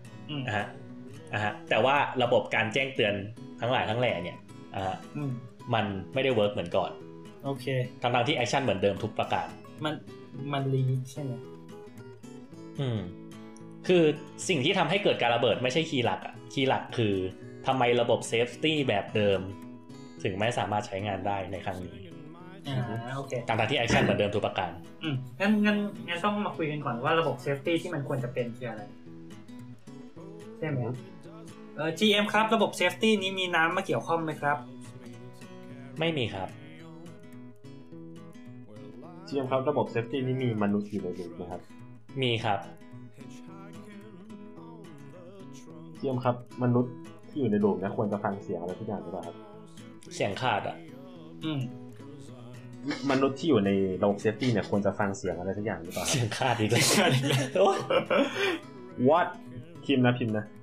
แต่ว่าระบบการแจ้งเตือนทั้งหลายทั้งแหล่เนี่ยมันไม่ได้เวิร์กเหมือนก่อนโอเคทั้งที่แอคชั่นเหมือนเดิมทุกประการมันลีกใช่ไหมคือสิ่งที่ทำให้เกิดการระเบิดไม่ใช่คีย์หลักอ่ะคีย์หลักคือทำไมระบบเซฟตี้แบบเดิมถึงไม่สามารถใช้งานได้ในครั้งนี้โอเคทั้งที่แอคชั่นเหมือนเดิมทุกประการงั้นต้องมาคุยกันก่อนว่าระบบเซฟตี้ที่มันควรจะเป็นคืออะไรใช่ไหมGM ครับระบบเซฟตี้นี้มีน้ำมาเกี่ยวข้องไหมครับไม่มีครับ GM ครับระบบเซฟตี้นี้มีมนุษย์อยู่ในหรือไหมครับมีครับ GM ครับมนุษย์ที่อยู่ในโรงนะควรจะฟังเสียงอะไรทุกอย่างหรือเปล่าครับเสียงขาดอ่ะมนุษย์ที่อยู่ในระบบเซฟตี้เนี่ยควรจะฟังเสียงอะไรทุกอย่างหรือเปล่าเสียงขาดอีกแล้ว What พิมพ์นะ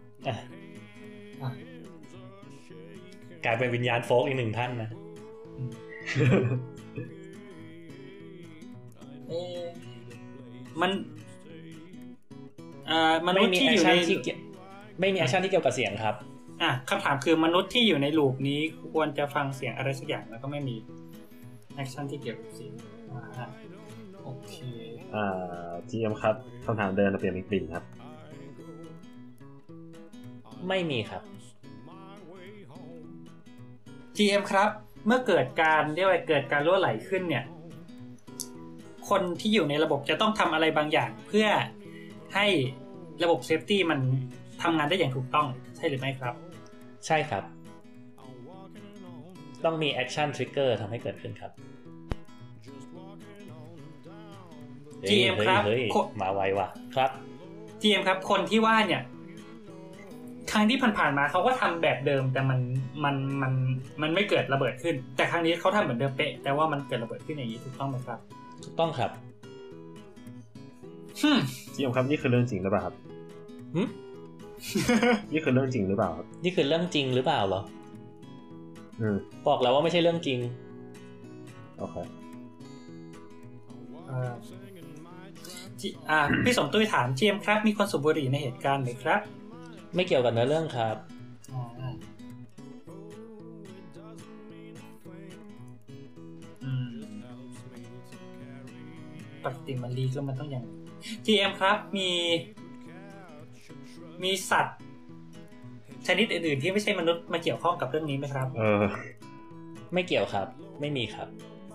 กลายเป็นวิญญาณโฟกอีกหนึ่งท่านนะมันมนุษย์ที่อยู่ในไม่มีแอคชั่นที่เกี่ยวกับเสียงครับคำถามคือมนุษย์ที่อยู่ในลูปนี้ควรจะฟังเสียงอะไรสักอย่างแล้วก็ไม่มีแอคชั่นที่เกี่ยวกับเสียงโอเค GM ครับคำถามเดินเปลี่ยนเป็นครับไม่มีครับ GM ครับเมื่อเกิดการเรียกว่าเกิดการรั่วไหลขึ้นเนี่ยคนที่อยู่ในระบบจะต้องทำอะไรบางอย่างเพื่อให้ระบบเซฟตี้มันทำงานได้อย่างถูกต้องใช่หรือไม่ครับใช่ครับต้องมีแอคชั่นทริกเกอร์ทำให้เกิดขึ้นครับ GM ครับมาไวว่ะครับ GM ครับคนที่ว่าเนี่ยครั้งที่ผ่านๆมาเขาก็ทำแบบเดิมแต่มันไม่เกิดระเบิดขึ้นแต่ครั้งนี้เขาทำเหมือนเดิมเป๊ะแต่ว่ามันเกิดระเบิดขึ้นอย่างนี้ถูกต้องไหมครับถูกต้องครับ GM ครับนี่คือเรื่องจริงหรือเปล่าครับนี่คือเรื่องจริงหรือเปล่าครับนี่คือเรื่องจริงหรือเปล่าเหรอบอกแล้วว่าไม่ใช่เรื่องจริงโอเคพี่สมตุ้ยถามGMครับมีคนสูบบุหรี่ในเหตุการณ์ไหมครับไม่เกี่ยวกับเนื้อเรื่องครับปกติมันลีกแล้วมันต้องอย่าง GM ครับมีสัตว์ชนิดอื่นๆที่ไม่ใช่มนุษย์มาเกี่ยวข้องกับเรื่องนี้ไหมครับไม่เกี่ยวครับไม่มีครับ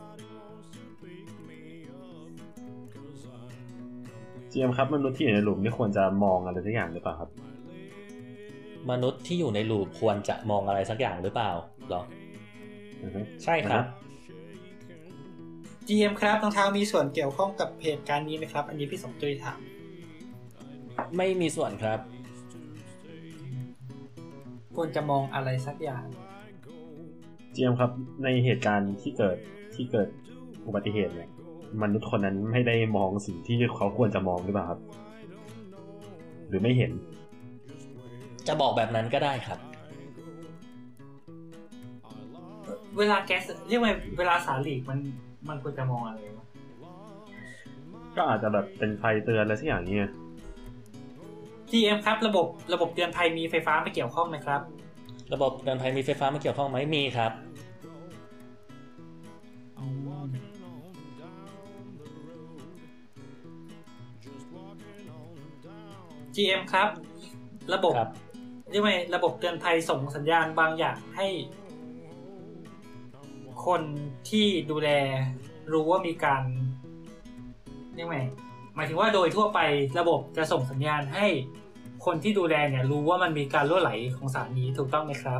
GM ครับมนุษย์ที่อยู่ในหลุมนี่ควรจะมองอะไรสักอย่างหรือเปล่าครับมนุษย์ที่อยู่ในลูปควรจะมองอะไรสักอย่างหรือเปล่าหรอใช่ครับ GM ครับรองเท้ามีส่วนเกี่ยวข้องกับเหตุการณ์นี้ไหมครับอันนี้พี่สมตุ้ยถามไม่มีส่วนครับควรจะมองอะไรสักอย่าง GM ครับในเหตุการณ์ที่เกิดอุบัติเหตุเนี่ยมนุษย์คนนั้นไม่ได้มองสิ่งที่เขาควรจะมองหรือเปล่าครับหรือไม่เห็นจะบอกแบบนั้นก็ได้ครับเวลาแก๊สเรียกว่าเวลาสาลีกมันควรจะมองอะไรวะก็อาจจะแบบเป็นไฟเตือนอะไรสักอย่างนี้ GM ครับระบบเตือนภัยมีไฟฟ้าไม่เกี่ยวข้องไหมครับระบบเตือนภัยมีไฟฟ้าไม่เกี่ยวข้องไหมมีครับ GM ครับระบบเรียกว่าระบบเตือนภัยส่งสัญญาณบางอย่างให้คนที่ดูแลรู้ว่ามีการเรียกว่าหมายถึงว่าโดยทั่วไประบบจะส่งสัญญาณให้คนที่ดูแลเนี่ยรู้ว่ามันมีการรั่วไหลของสารนี้ถูกต้องไหมครับ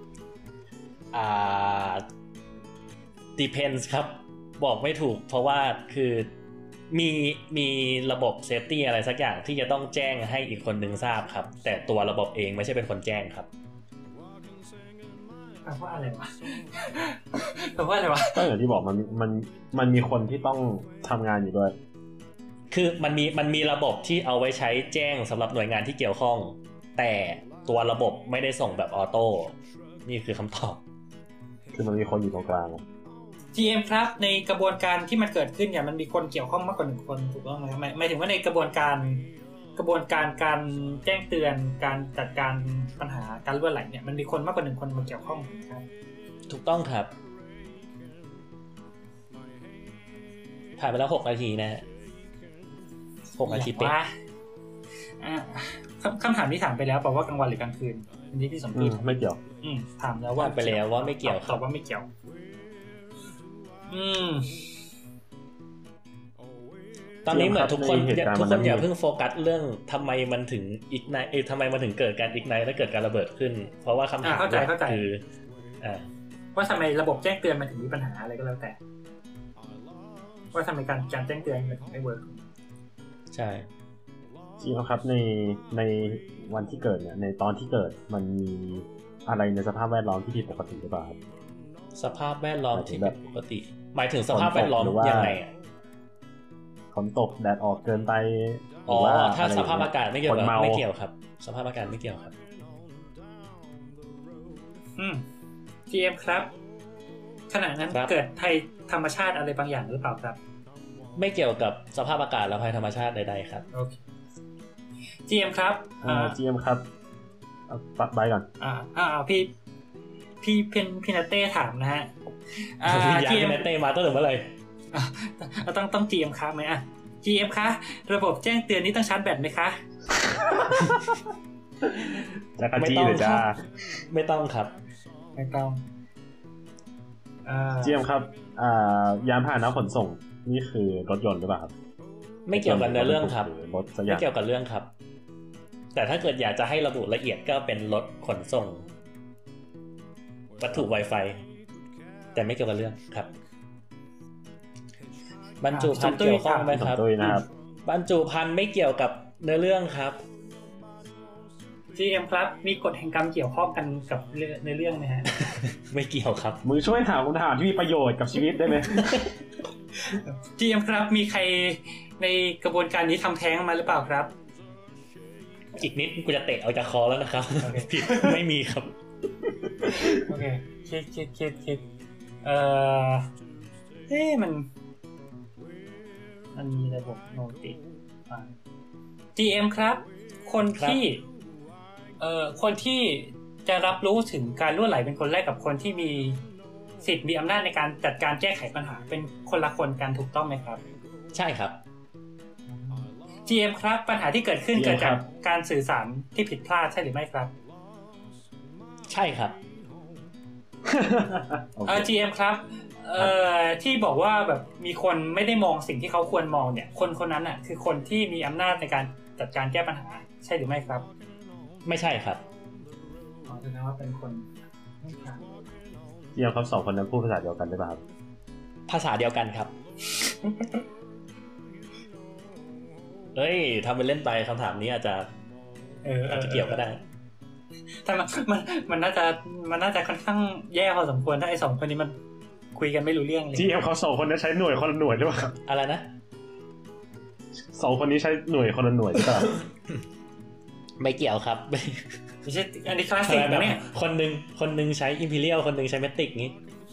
depends ครับบอกไม่ถูกเพราะว่าคือมีระบบเซฟตี้อะไรสักอย่างที่จะต้องแจ้งให้อีกคนนึงทราบครับแต่ตัวระบบเองไม่ใช่เป็นคนแจ้งครับแปลว่าอะไรวะแปลว่าอะไรวะก็อย่างที่บอกมันมีคนที่ต้องทำงานอยู่ด้วยคือมันมีระบบที่เอาไว้ใช้แจ้งสำหรับหน่วยงานที่เกี่ยวข้องแต่ตัวระบบไม่ได้ส่งแบบออโต้นี่คือคำตอบคือมันมีคนอยู่ตรงกลาง GM ครับในกระบวนการที่มันเกิดขึ้นเนี่ยมันมีคนเกี่ยวข้องมากกว่า1คนถูกต้องไหมครับหมายถึงว่าในกระบวนการการแจ้งเตือนการจัดการปัญหาการรั่วไหลเนี่ยมันมีคนมากกว่า1คนมาเกี่ยวข้องครับถูกต้องครับผ่านไปแล้ว6นาทีนะฮะ6นาทีเป๊ะคำถามที่ถามไปแล้วบอกว่ากลางวันหรือกลางคืนอันนี้พี่สมคิดไม่เกี่ยวถามแล้วว่าไปแล้วว่าไม่เกี่ยวตอบว่าไม่เกี่ยวตอนนี้เหมือนทุกคนอย่าเพิ่งโฟกัสเรื่องทำไมมันถึงอีกไนทำไมมันถึงเกิดการอีกไนและเกิดการระเบิดขึ้นเพราะว่าคำถามคือว่าทำไมระบบแจ้งเตือนมันถึงมีปัญหาอะไรก็แล้วแต่ว่าทำไมการแจ้งเตือนมันถึงไม่เวิร์กใช่จริงครับในวันที่เกิดเนี่ยในตอนที่เกิดมันมีอะไรในสภาพแวดล้อมที่ผิดปกติหรือเปล่าครับสภาพแวดล้อมที่ผิดปกติหมายถึงสภาพแวดล้อมยังไงฝนตกแดดออกเกินไปถ้าสภาพอากาศไม่เกี่ยวครับสภาพอากาศไม่เกี่ยวครับ GM ครับขณะนั้นเกิดภัยธรรมชาติอะไรบางอย่างหรือเปล่าครับไม่เกี่ยวกับสภาพอากาศและภัยธรรมชาติใดๆครับโอเค GM ครับ GM ครับปัดใบก่อนพี่นาเต้ถามนะฮะพี่นาเต้มาตั้งแต่เมื่อไหร่ต้อง GM ครับไหมGM คะระบบแจ้งเตือนนี้ต้องชาร์จแบตไหมคะจะกระจี้หรือจ้าไม่ต้องครับไม่ต้อง GM ครับยานพาหนะขนส่งนี่คือรถยนต์หรือเปล่าครับไม่เกี่ยวกันในเรื่องครับไม่เกี่ยวกับเรื่องครับแต่ถ้าเกิดอยากจะให้ระบุละเอียดก็เป็นรถขนส่งวัตถุ Wi-Fi แต่ไม่เกี่ยวกับเรื่องครับบรรจุภัณฑ์เกี่ยวข้องไหมครับบรรจุภัณฑ์ไม่เกี่ยวกับเนื้อเรื่องครับ GM ครับมีกฎแห่งกรรมเกี่ยวข้องกันกับในเรื่องไหมฮะไม่เกี่ยวครับมือช่วยถามคำถามที่มีประโยชน์กับชีวิตได้ไหม GM ครับมีใครในกระบวนการนี้ทำแท้งมาหรือเปล่าครับอีกนิดกูจะเตะเอาจากคอแล้วนะครับผิดไม่มีครับโอเคคิดมันมีระบบโนติGM ครับคนที่จะรับรู้ถึงการรั่วไหลเป็นคนแรกกับคนที่มีสิทธิ์มีอำนาจในการจัดการแก้ไขปัญหาเป็นคนละคนกันถูกต้องไหมครับใช่ครับ GM ครับปัญหาที่เกิดขึ้นเกิดจากการสื่อสารที่ผิดพลาดใช่หรือไม่ครับใช่ครับ GM ครับที่บอกว่าแบบมีคนไม่ได้มองสิ่งที่เขาควรมองเนี่ยคนนั้นน่ะคือคนที่มีอำนาจในการจัดการแก้ปัญหาใช่หรือไม่ครับไม่ใช่ครับแสดงว่าเป็นคน GM ครับ2คนนั้นพูดภาษาเดียวกันได้ป่ะครับภาษาเดียวกันครับเฮ้ยทำเป็นเล่นไปคำถามนี้อาจจะเกี่ยวก็ได้แต่มันน่าจะค่อนข้างแย่พอสมควรถ้าไอ้2คนนี้มันคุยกันไม่รู้เรื่องเลย GM เขา2คนนี้ใช้หน่วยคนละหน่วยใช่ป่ะอะไรนะ 2คนนี้ใช้หน่วยคนละหน่วยใช่ป่ะไม่เกี่ยวครับไม่ใช่อันนี้คลาสสิกนะเนี่ยคนนึงใช้ Imperial คนนึงใช้ Matic งี้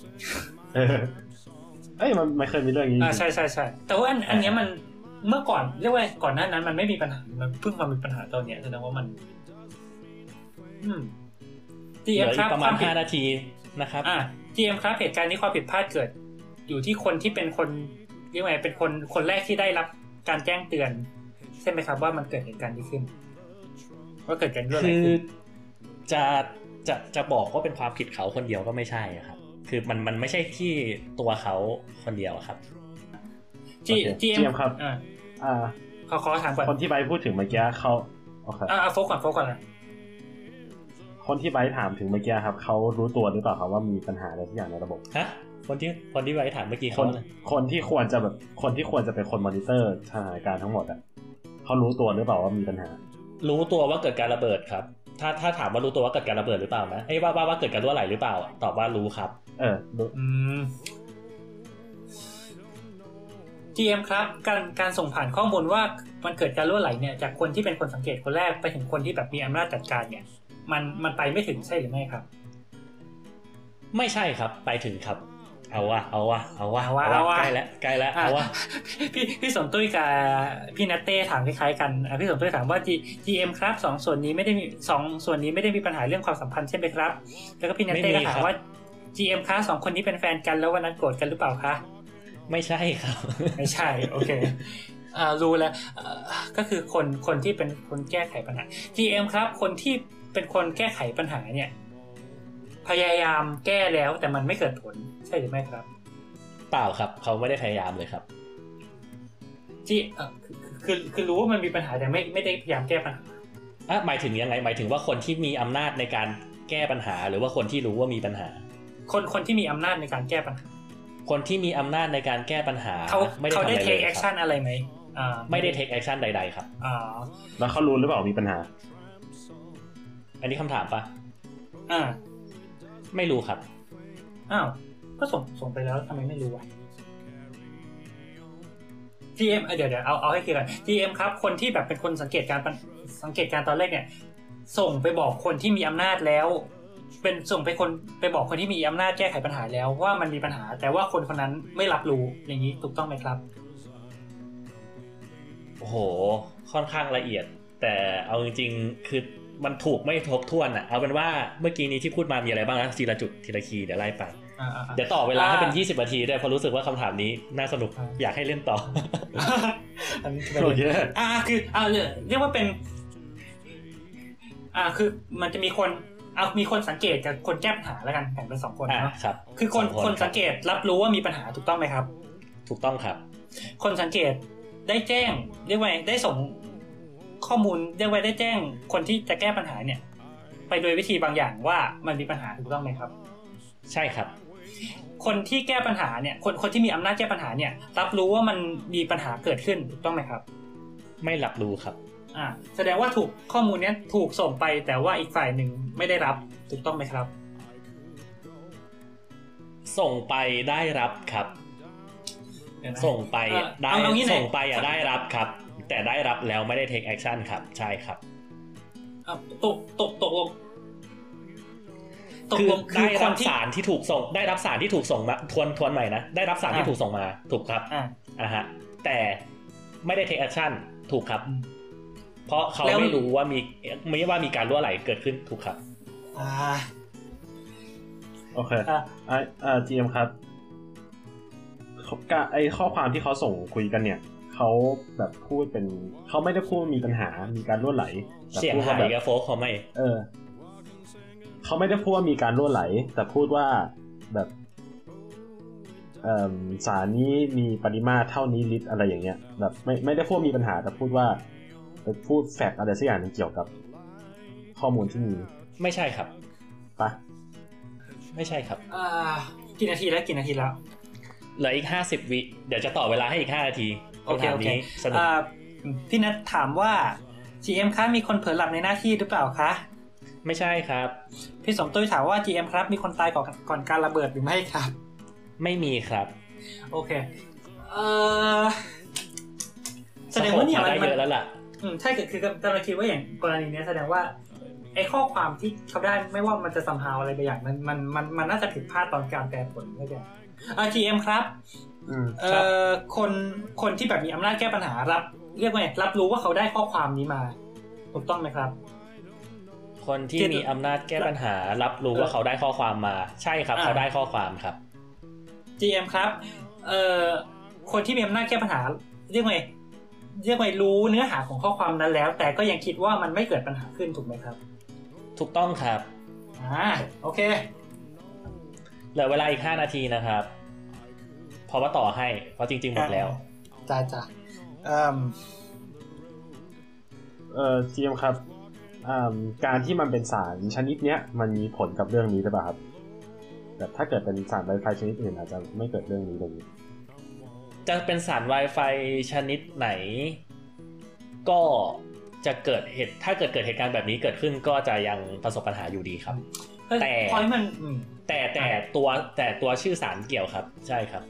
มันไม่เคยมีเรื่องนี้ใช่ๆๆแต่ว่าอันนี้มันเมื่อก่อนเรียกว่าก่อนหน้านั้นมันไม่มีปัญหามันเพิ่งมามีปัญหาตอนนี้แสดงว่ามัน GM ครับประมาณ5นาทีนะครับ GM ครับเหตุการณ์นี้ความผิดพลาดเกิดอยู่ที่คนที่เป็นคนเรียกว่าเป็นคนแรกที่ได้รับการแจ้งเตือนใช่ไหมครับว่ามันเกิดเหตุการณ์นี้ขึ้นว่าเกิดการอะไรขึ้นคือจะบอกว่าเป็นความผิดเขาคนเดียวก็ไม่ใช่ครับคือมันไม่ใช่ที่ตัวเขาคนเดียวครับ GM ครับขอถามก่อนคนที่ใบพูดถึงเมื่อกี้โอเคโฟกัสก่อนนะคนที่ไบร์ทถามถึงเมื่อกี้ครับเขารู้ตัวหรือเปล่าครับว่ามีปัญหาอะไรทุกอย่างในระบบฮะคนที่ไบร์ทถามเมื่อกี้คนที่ควรจะเป็นคนมอนิเตอร์สถานการณ์ทั้งหมดอ่ะเขารู้ตัวหรือเปล่าว่ามีปัญหารู้ตัวว่าเกิดการระเบิดครับถ้าถามว่ารู้ตัวว่าเกิดการระเบิดหรือเปล่านะว่าเกิดการรั่วไหลหรือเปล่าตอบว่ารู้ครับรู้ GM ครับการส่งผ่านข้อมูลว่ามันเกิดการรั่วไหลเนี่ยจากคนที่เป็นคนสังเกตคนแรกไปถึงคนที่แบบมีอำนาจจัดการเนี่ยมันไปไม่ถึงใช่หรือไม่ครับไม่ใช่ครับไปถึงครับเอาวะใกล้แล้วเอาวะพี่สมตุ้ยกับพี่นัตเต้ถามคล้ายๆกันพี่สมตุ้ยถามว่า GM ครับ2ส่วนนี้ไม่ได้มีปัญหาเรื่องความสัมพันธ์ใช่ไหมครับแล้วก็พี่นัตเต้ก็ถามว่า GM ครับ2คนนี้เป็นแฟนกันแล้ววันนั้นโกรธกันหรือเปล่าคะไม่ใช่ครับไม่ใช่โอเครู้แล้วก็คือคนที่เป็นคนแก้ไขปัญหา GM ครับคนที่เป็นคนแก้ไขปัญหาเนี่ยพยายามแก้แล้วแต่มันไม่เกิดผลใช่หรือไม่ครับเปล่าครับเขาไม่ได้พยายามเลยครับคือรู้ว่ามันมีปัญหาแต่ไม่ได้พยายามแก้ปัญหาหมายถึงยังไงหมายถึงว่าคนที่มีอำนาจในการแก้ปัญหาหรือว่าคนที่รู้ว่ามีปัญหาคนที่มีอำนาจในการแก้ปัญหาคนที่มีอำนาจในการแก้ปัญหาเขาได้ take action อะไรไหมไม่ได้ take action ใดๆครับแล้วเขารู้หรือเปล่ามีปัญหาอันนี้คำถามปะไม่รู้ครับก็ส่งไปแล้วทำไมไม่รู้อ่ะ GM เดี๋ยวเอาให้เคลียร์กัน GM ครับคนที่แบบเป็นคนสังเกตการตอนแรกเนี่ยส่งไปบอกคนที่มีอำนาจแล้วส่งไปบอกคนที่มีอำนาจแก้ไขปัญหาแล้วว่ามันมีปัญหาแต่ว่าคนนั้นไม่รับรู้อย่างนี้ถูกต้องไหมครับโอ้โหค่อนข้างละเอียดแต่เอาจริงๆคือมันถูกไม่ครบถ้วนอ่ะเอาเป็นว่าเมื่อกี้นี้ที่พูดมามีอะไรบ้างนะทีละจุดทีละคีย์เดี๋ยวไล่ไปเดี๋ยวต่อเวลาให้เป็น20นาทีด้วยเพราะรู้สึกว่าคำถามนี้น่าสนุกอยากให้เล่นต่อโอเคคือเรียกว่าเป็นคือมันจะมีคนสังเกตกับคนแก้ปัญหาแล้วกันแบ่งเป็น2คนเนาะคือคนสังเกตรับรู้ว่ามีปัญหาถูกต้องไหมครับถูกต้องครับคนสังเกตได้แจ้งเรียกว่าได้ส่งข้อมูลเรียกว่าได้แจ้งคนที่จะแก้ปัญหาเนี่ยไปโดยวิธีบางอย่างว่ามันมีปัญหาถูกต้องไหมครับใช่ครับคนที่แก้ปัญหาเนี่ยคนที่มีอำนาจแก้ปัญหาเนี่ยรับรู้ว่ามันมีปัญหาเกิดขึ้นถูกต้องไหมครับไม่รับรู้ครับแสดงว่าข้อมูลนี้ถูกส่งไปแต่ว่าอีกฝ่ายหนึ่งไม่ได้รับถูกต้องไหมครับส่งไปได้รับครับส่งไปได้ส่งไปได้รับครับแต่ได้รับแล้วไม่ได้ take action ครับใช่ครับตกลงคือได้รับสารที่ถูกส่งได้รับสารที่ถูกส่งมาทวนใหม่นะได้รับสารที่ถูกส่งมาถูกครับฮะแต่ไม่ได้ take action ถูกครับเพราะเขาไม่รู้ว่ามีการรั่วไหลเกิดขึ้นถูกครับโอเคGM ครับข้อความที่เขาส่งคุยกันเนี่ยเขาแบบพูดเป็นเขาไม่ได้พูดมีปัญหามีการรั่วไหลเสียงหายกับโฟกเขาไม่เขาไม่ได้พูดว่ามีการรั่วไหลแต่พูดว่าแบบสารนี้มีปริมาตรเท่านี้ลิตรอะไรอย่างเงี้ยแบบไม่ได้พูดมีปัญหาแต่พูดว่าพูดแฟกต์อะไรสักอย่างนึงเกี่ยวกับข้อมูลที่มีไม่ใช่ครับปะไม่ใช่ครับกี่นาทีแล้วเหลืออีก50วิเดี๋ยวจะต่อเวลาให้อีก5นาทีโอเคพี่นัทถามว่า GM คะมีคนเผลอหลับในหน้าที่หรือเปล่าคะไม่ใช่ครับพี่สมตุ้ยถามว่า GM ครับมีคนตายก่อนการระเบิดหรือไม่ครับไม่มีครับโอเคแสดงว่าเนี่ยมันเยอะแล้วล่ะใช่คือกำลังคิดว่าอย่างกรณีนี้แสดงว่าไอ้ข้อความที่เขาได้ไม่ว่ามันจะสัมภาอะไรบางอย่างมันน่าจะผิดพลาดตอนการแปลผลใช่ไหมGM ครับคนที่แบบมีอำนาจแก้ปัญหาเรียกว่ารับรู้ว่าเขาได้ข้อความนี้มาถูกต้องไหมครับคนที่มีอำนาจแก้ปัญหารับรู้ว่าเขาได้ข้อความมาใช่ครับเขาได้ข้อความครับ GM ครับคนที่มีอำนาจแก้ปัญหาเรียกว่ารู้เนื้อหาของข้อความนั้นแล้วแต่ก็ยังคิดว่ามันไม่เกิดปัญหาขึ้นถูกไหมครับถูกต้องครับโอเคเหลือเวลาอีก5นาทีนะครับพอว่าต่อให้เพราะจริงๆหมดแล้วจ้า GM ครับการที่มันเป็นสารชนิดเนี้ยมันมีผลกับเรื่องนี้หรือเปล่าครับแต่ถ้าเกิดเป็นสาร Wi-Fi ชนิดอื่นอาจจะไม่เกิดเรื่องนี้เลยจะเป็นสาร Wi-Fi ชนิดไหนก็จะเกิดถ้าเกิดเหตุการณ์แบบนี้เกิดขึ้นก็จะยังประสบปัญหาอยู่ดีครับแต่ตัวชื่อสารเกี่ยวครับใช่ครับ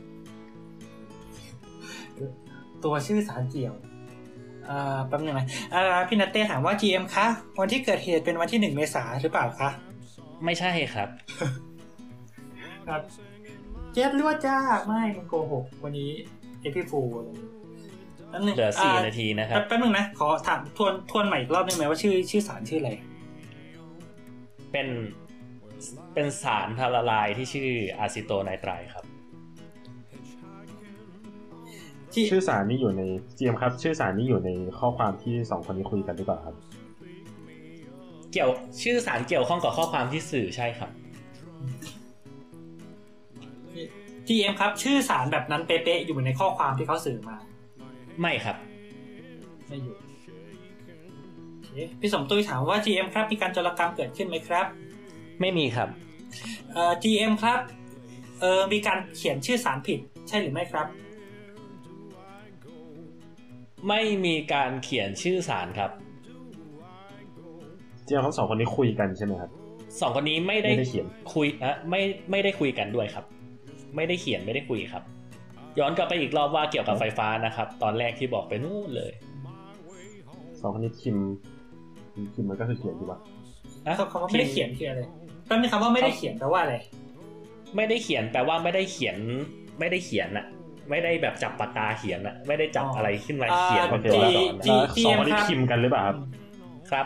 ตัวชื่อสารเกี่ยวแป๊บนึงนะพี่นัทเต้ถามว่า GM คะวันที่เกิดเหตุเป็นวันที่1 เมษายนหรือเปล่าคะไม่ใช่ครับครับเจ็บหรือว่าจ้าไม่มันโกหกวันนี้เอพิฟูเหลือ4 นาทีนะครับแป๊บนึงนะขอถามทวนใหม่อีกรอบนึงไหมว่าชื่อสารชื่ออะไรเป็นสารทำละลายที่ชื่ออะซิโตไนไตรครับชื่อสารนี้อยู่ใน GM ครับชื่อสารนี้อยู่ในข้อความที่2คนนี้คุยกันหรือเปล่าครับชื่อสารเกี่ยวข้องกับข้อความที่สื่อใช่ครับ GM ครับชื่อสารแบบนั้นเป๊ะๆอยู่ในข้อความที่เขาสื่อมาไม่ครับไม่อยู่พี่สมตุ้ยถามว่า GM ครับมีการโจรกรรมเกิดขึ้นไหมครับไม่มีครับ GM ครับมีการเขียนชื่อสารผิดใช่หรือไม่ครับไม่มีการเขียนชื่อสารครับ GM ทั้ง2คนนี้คุยกันใช่ไหมครับ 2คนนี้ไม่ได้เขียนคุยไม่ได้คุยกันด้วยครับไม่ได้เขียนไม่ได้คุยครับย้อนกลับไปอีกรอบว่าเกี่ยวกับไฟฟ้านะครับตอนแรกที่บอกไปนู่นเลย 2คนนี้พิมพ์มันก็คือเขียนถูกป่ะคำว่าไม่ได้เขียนคืออะไรก็มีคำว่าไม่ได้เขียนแปลว่าอะไรไม่ได้เขียนแปลว่าไม่ได้เขียนน่ะไม่ได้แบบจับปากกาเขียนน่ะไม่ได้จับอะไรขึ้นมาเขียนเป็นตัวอักษร2คนนี้พิมพ์กันหรือเปล่าครับ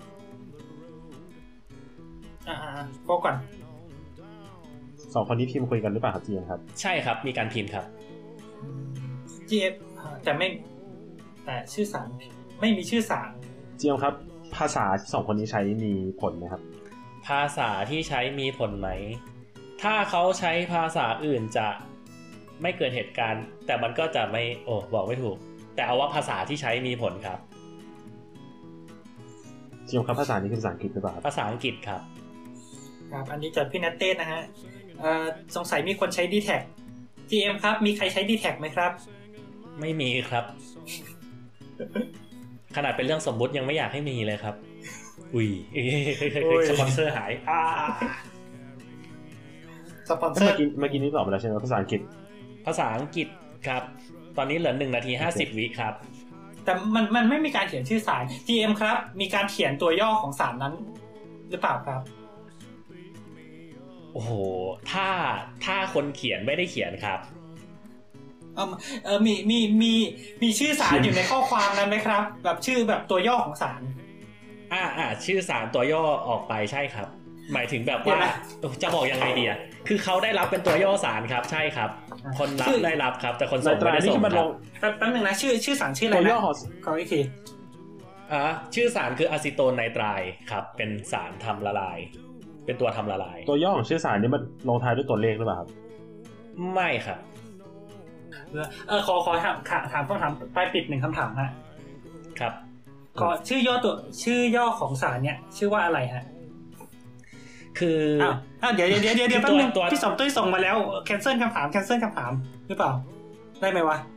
ก็ก่อน 2คนนี้พิมพ์คุยกันหรือเปล่าครับ GM ครับใช่ครับมีการพิมพ์ครับ GM แต่ชื่อสารไม่มีชื่อสาร GM ครับภาษาที่2คนนี้ใช้มีผลไหมครับภาษาที่ใช้มีผลไหมถ้าเขาใช้ภาษาอื่นจะไม่เกิดเหตุการณ์แต่มันก็จะไม่บอกไม่ถูกแต่เอาว่าภาษาที่ใช้มีผลครับ GM ครับภาษานี้คือภาษาอังกฤษหรือเปล่าภาษาอังกฤษครับครับอันนี้จากพี่นัทเต้นะฮะสงสัยมีคนใช้ D-Tag GM ครับมีใครใช้ D-Tag ไหมครับไม่มีครับขนาดเป็นเรื่องสมมุติยังไม่อยากให้มีเลยครับอุ้ยสปอนเซอร์หายสปอนเซอร์เมื่อกี้นี้ตอบไปแล้วใช่ไหมภาษาอังกฤษครับตอนนี้เหลือ1 นาที 50 วิครับแต่มันไม่มีการเขียนชื่อสาร GM ครับมีการเขียนตัวย่อของสารนั้นหรือเปล่าครับโอ้โหถ้าคนเขียนไม่ได้เขียนครับมีชื่อสารอยู่ในข้อความนั้นไหมครับแบบชื่อแบบตัวย่อของสารชื่อสารตัวย่อออกไปใช่ครับหมายถึงแบบว่าจะบอกยังไงดีอ่ะคือเขาได้รับเป็นตัวย่อสารครับใช่ครับคนรับได้รับครับแต่คนส่งไม่ได้ส่งครับแป๊บนึงนะชื่อสารชื่ออะไรนะขออีกทีชื่อสารคืออะซิโตนไนไตรครับเป็นสารทำละลายเป็นตัวทำละลายตัวย่อของชื่อสารนี่มันลงท้ายด้วยตัวเลขหรือเปล่าครับไม่ครับขอถามคำถามไปปิด1คำถามฮะครับขอชื่อย่อของสารเนี่ยชื่อว่าอะไรฮะคือเดี๋ยวแป๊บนึงพี่สมตุ้ยส่งมาแล้วแคนเซิลคำถามหรือเปล่าได้ไหมวะ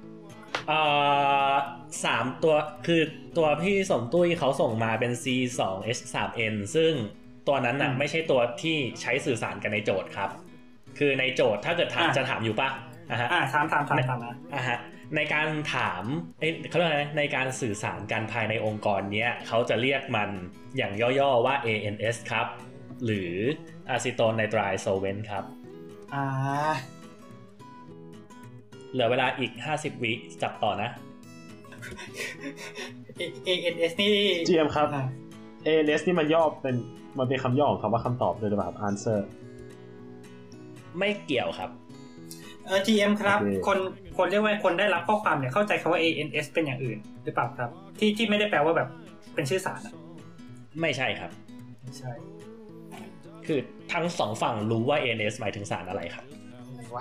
3ตัวคือตัวพี่สมตุ้ยเขาส่งมาเป็น C2H3N ซึ่งตัวนั้นน่ะไม่ใช่ตัวที่ใช้สื่อสารกันในโจทย์ครับคือในโจทย์ถ้าเกิดจะถามอยู่ป่ะถามนะในการถามเขาเรียกอะไรในการสื่อสารกันภายในองค์กรเนี้ยเขาจะเรียกมันอย่างย่อๆว่า ANS ครับหรืออะซิโตนไนไตรโซเวนต์ครับเหลือเวลาอีก50 วิจับต่อนะ ANS นี่ GM ครับ ANS นี่มันเป็นคำย่อของคำว่าคำตอบเลยหรือเปล่า answer ไม่เกี่ยวครับ GM ครับคนเรียกว่าคนได้รับข้อความเนี่ยเข้าใจคำว่า ANS เป็นอย่างอื่นหรือเปล่าครับที่ไม่ได้แปลว่าแบบเป็นชื่อสารไม่ใช่ครับไม่ใช่คือทั้ง2ฝั่งรู้ว่า ANS หมายถึงสารอะไรครับอะไรวะ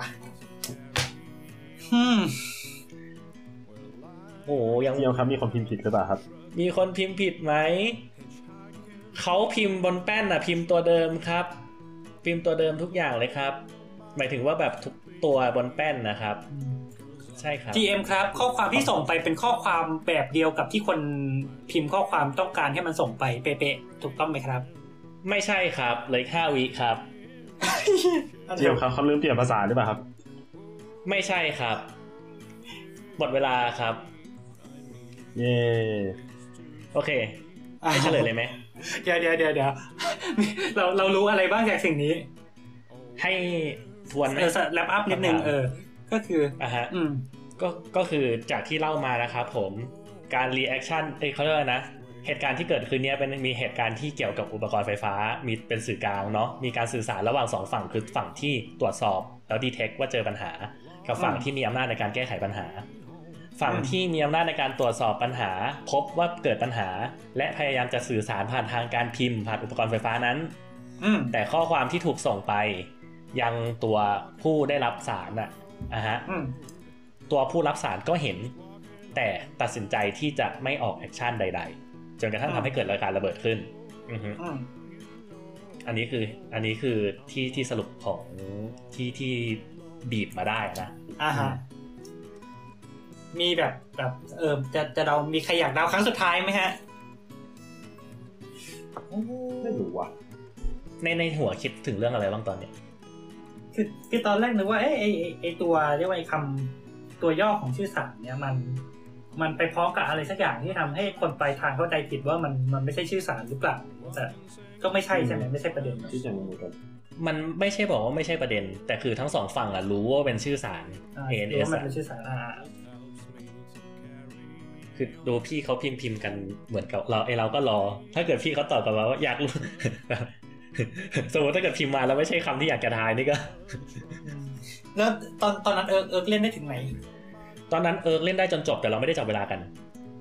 โอ้ยังครับมีคนพิมพ์ผิดหรือเปล่าครับมีคนพิมพ์ผิดไหมเขาพิมพ์บนแป้นน่ะพิมพ์ตัวเดิมครับพิมพ์ตัวเดิมทุกอย่างเลยครับหมายถึงว่าแบบทุกตัวบนแป้นนะครับใช่ครับ GM ครับข้อความที่ส่งไปเป็นข้อความแบบเดียวกับที่คนพิมพ์ข้อความต้องการให้มันส่งไปเป๊ะๆถูกต้องไหมครับไม่ใช่ครับเลย5 วิครับ GM ครับเขาลืมเปลี่ยนภาษาหรือเปล่าครับไม่ใช่ครับหมดเวลาครับเย้โอเคให้เฉลยเลยไหมเดี๋ยวเรารู้อะไรบ้างจากสิ่งนี้ให้ทวนไหมแลปอัพนิดนึงก็คือฮะก็คือจากที่เล่ามานะครับผมการรีแอคชั่นเขาเรียกนะเหตุการณ์ที่เกิดขึ้นเนี้ยมีเหตุการณ์ที่เกี่ยวกับอุปกรณ์ไฟฟ้ามีเป็นสื่อกลางเนาะมีการสื่อสารระหว่าง2ฝั่งคือฝั่งที่ตรวจสอบแล้วดีเทคว่าเจอปัญหากับฝั่งที่มีอำนาจในการแก้ไขปัญหาฝั่งที่มีอำนาจในการตรวจสอบปัญหาพบว่าเกิดปัญหาและพยายามจะสื่อสารผ่านทางการพิมพ์ผ่านอุปกรณ์ไฟฟ้านั้นแต่ข้อความที่ถูกส่งไปยังตัวผู้ได้รับสารตัวผู้รับสารก็เห็นแต่ตัดสินใจที่จะไม่ออกแอคชั่นใดๆจนกระทั่งทำให้เกิดการระเบิดขึ้นอันนี้คือที่สรุปของที่บีบมาได้นะมีแบบจะเรามีใครอยากเดาครั้งสุดท้ายไหมฮะไม่รู้ว่ะในหัวคิดถึงเรื่องอะไรบ้างตอนเนี้ยคือตอนแรกนึกว่าไอตัวเรียกว่าคำตัวย่อของชื่อสารเนี่ยมันไปพร้อมกับอะไรสักอย่างที่ทำให้คนปลายทางเข้าใจผิดว่ามันไม่ใช่ชื่อสารหรือเปล่าแต่ก็ไม่ใช่ใช่ไหมไม่ใช่ประเด็นที่จะมีกันมันไม่ใช่บอกว่าไม่ใช่ประเด็นแต่คือทั้งสองฝั่งรู้ว่าเป็นชื่อสาร ANS มันเป็นชื่อสารคือดูพี่เขาพิมพ์กันเหมือนกับเราก็รอถ้าเกิดพี่เขาตอบกลับมาว่าอยากรู้สมมติถ้าเกิดพิมพ์มาแล้วไม่ใช่คำที่อยากจะทายนี่ก็แล้วตอนนั้นเอิร์กเล่นได้ถึงไหนตอนนั้นเล่นได้จนจบแต่เราไม่ได้จับเวลากัน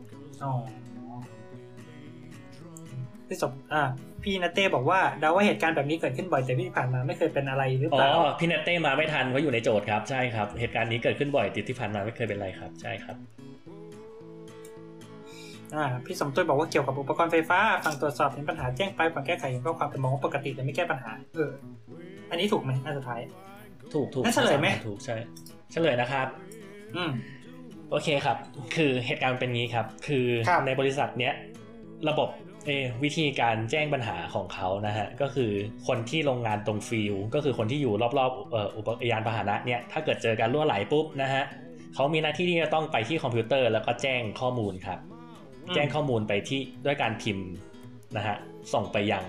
ที่จบพี่นัตเต้บอกว่าเดาว่าเหตุการณ์แบบนี้เกิดขึ้นบ่อยแต่ที่ผ่านมาไม่เคยเป็นอะไรหรือเปล่าพี่นัตเต้มาไม่ทันเพราะอยู่ในโจทย์ครับใช่ครับเหตุการณ์นี้เกิดขึ้นบ่อยแต่ที่ผ่านมาไม่เคยเป็นไรครับใช่ครับพี่สมตุ้ยบอกว่าเกี่ยวกับอุปกรณ์ไฟฟ้าฝั่งตรวจสอบเห็นปัญหาแจ้งไปฝั่งแก้ไขเห็นข้อความเป็นมองว่าปกติแต่ไม่แก้ปัญหาอันนี้ถูกไหมอันสุดท้ายถูกนั่นเฉลยไหมถูกใช่เฉลยนะครับโอเคครับคือเหตุการณ์เป็นงี้ครับคือในบริษัทเนี้ยระบบวิธีการแจ้งปัญหาของเขานะฮะก็คือคนที่โรงงานตรงฟิลก็คือคนที่อยู่รอบๆอุปกรณ์ยานพาหนะเนี่ยถ้าเกิดเจอการรั่วไหลปุ๊บนะฮะเขามีหน้าที่ที่จะต้องไปที่คอมพิวเตอร์แล้วก็แจ้งข้อมูลครับแจ้งข้อมูลไปที่ด้วยการพิมพ์นะฮะส่งไปยัง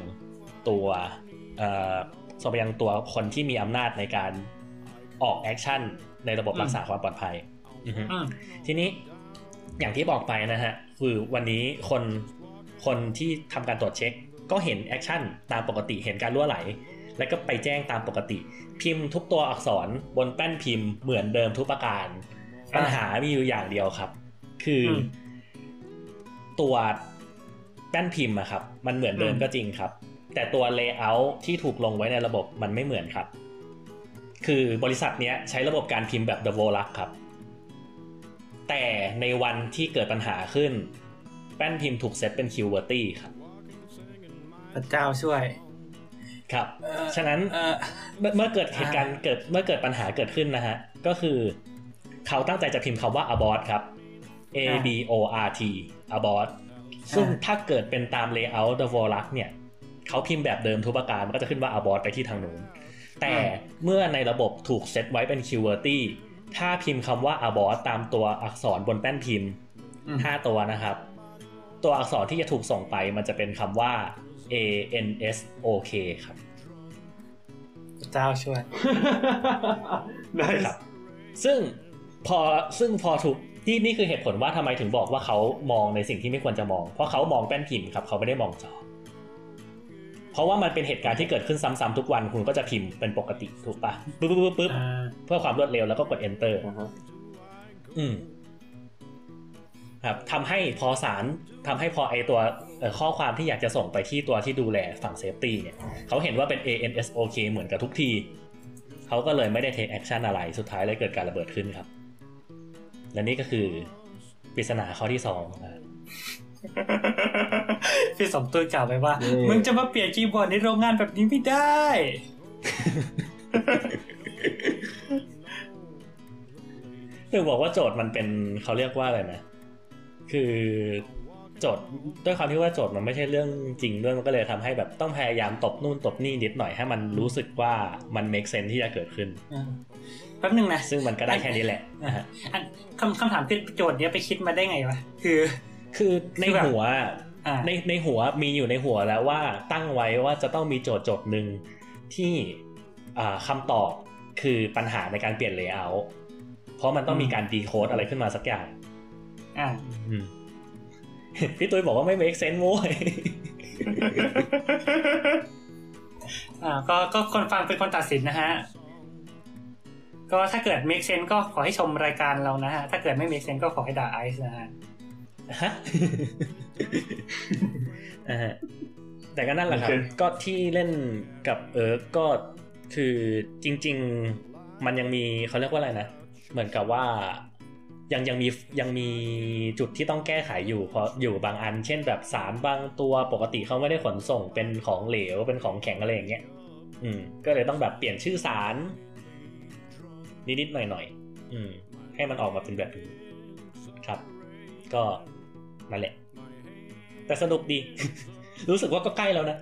ตัวคนที่มีอำนาจในการออกแอคชั่นในระบบรักษาความปลอดภัยทีนี้อย่างที่บอกไปนะฮะคือวันนี้คนที่ทำการตรวจเช็คก็เห็นแอคชั่นตามปกติเห็นการรั่วไหลแล้วก็ไปแจ้งตามปกติพิมพ์ทุกตัวอักษรบนแป้นพิมพ์เหมือนเดิมทุกประการปัญหามีอยู่อย่างเดียวครับคือตัวแป้นพิมพ์อะครับมันเหมือนเดิมก็จริงครับแต่ตัว layout ที่ถูกลงไว้ในระบบมันไม่เหมือนครับคือบริษัทนี้ใช้ระบบการพิมพ์แบบ The Volux ครับแต่ในวันที่เกิดปัญหาขึ้นแป้นพิมพ์ถูกเซตเป็น QWERTY ครับพระเจ้าช่วยครับฉะนั้นเมื่อเกิดเหตุการณ์เมื่อเกิดปัญหาเกิดขึ้นนะฮะก็คือเขาตั้งใจจะพิมพ์คำว่า abort ครับ abort abort ซึ่งถ้าเกิดเป็นตาม layout The Volux เนี่ยเขาพิมพ์แบบเดิมทุกประการมันก็จะขึ้นว่า abort ไปที่ทางนู้นแต่เมื่อในระบบถูกเซตไว้เป็น QWERTY ถ้าพิมพ์คำว่า abort ตามตัวอักษรบนแป้นพิมพ์5ตัวนะครับตัวอักษรที่จะถูกส่งไปมันจะเป็นคำว่า ANSOK ครับเจ้าช่วยได้ครับซึ่งพอถูกนี่คือเหตุผลว่าทำไมถึงบอกว่าเขามองในสิ่งที่ไม่ควรจะมองเพราะเขามองแป้นพิมพ์ครับเขาไม่ได้มองจอเพราะว่ามันเป็นเหตุการณ์ที่เกิดขึ้นซ้ำๆทุกวันคุณก็จะพิมพ์เป็นปกติถูกปะปึ๊บเพื่อความรวดเร็วแล้วก็กด enter ครับทำให้พอไอตัวข้อความที่อยากจะส่งไปที่ตัวที่ดูแลฝั่งเซฟตี้เนี่ยเขาเห็นว่าเป็น ANSOK เหมือนกับทุกทีเขาก็เลยไม่ได้ take action อะไรสุดท้ายเลยเกิดการระเบิดขึ้นครับและนี่ก็คือปริศนาข้อที่2 พี่สมตุ้ยกล่าวไปว่ามึงจะมาเปลี่ยนคีย์บอร์ดในโรงงานแบบนี้ไม่ได้คือบอกว่าโจทย์มันเป็นเขาเรียกว่าอะไรนะคือโจทย์ด้วยความที่ว่าโจทย์มันไม่ใช่เรื่องจริงด้วยมันก็เลยทำให้แบบต้องพยายามตบนู่นตบนี่นิดหน่อยให้มันรู้สึกว่ามัน make sense ที่จะเกิดขึ้นแป๊บนึงนะซึ่งมันก็ได้แค่นี้แหละคำถามคือโจทย์เนี้ยไปคิดมาได้ไงวะคือในหัวในหัวมีอยู่ในหัวแล้วว่าตั้งไว้ว่าจะต้องมีโจทย์นึงที่คำตอบคือปัญหาในการเปลี่ยน layout เพราะมันต้องมีการดีโคดอะไรขึ้นมาสักอย่างพี่ตุ้ยบอกว่าไม่ make sense โว้ยก็คนฟังเป็นคนตัดสินนะฮะก็ถ้าเกิด make sense ก็ขอให้ชมรายการเรานะฮะถ้าเกิดไม่ make sense ก็ขอให้ด่าไอซ์นะฮะแต่ก็นั่นแหละครับก็ที่เล่นกับก็คือจริงๆมันยังมีเขาเรียกว่าอะไรนะเหมือนกับว่ายังมีจุดที่ต้องแก้ไขอยู่เพราะอยู่บางอันเช่นแบบสารบางตัวปกติเขาไม่ได้ขนส่งเป็นของเหลวเป็นของแข็งอะไรอย่างเงี้ยก็เลยต้องแบบเปลี่ยนชื่อสารนิดๆหน่อยๆให้มันออกมาเป็นแบบนี้ครับก็นั่นแหละแต่สนุกดี รู้สึกว่าก็ใกล้แล้วนะ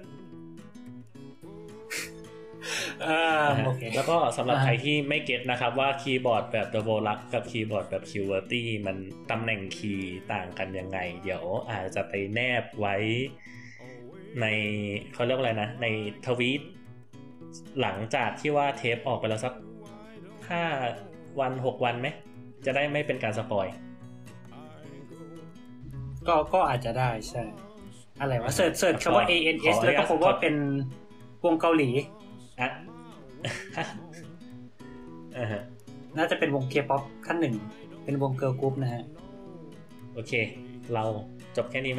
แล้วก็สำหรับใครที่ไม่เก็ตนะครับว่าคีย์บอร์ดแบบ Double Lux กับคีย์บอร์ดแบบ QWERTY มันตำแหน่งคีย์ต่างกันยังไงเดี๋ยวอาจจะไปแนบไว้ในเขาเรียกว่าอะไรนะในทวีตหลังจากที่ว่าเทปออกไปแล้วสัก5 วัน 6 วันไหมจะได้ไม่เป็นการสปอยก็อาจจะได้ใช่อะไรวะเสิร์ชคำว่า ANS แล้วก็พบว่าเป็นวงเกาหลีน่าจะเป็นวง K-pop ขั้นหนึ่งเป็นวงเกิร์ลกรุ๊ปนะฮะโอเคเราจบแค่นี้ไหม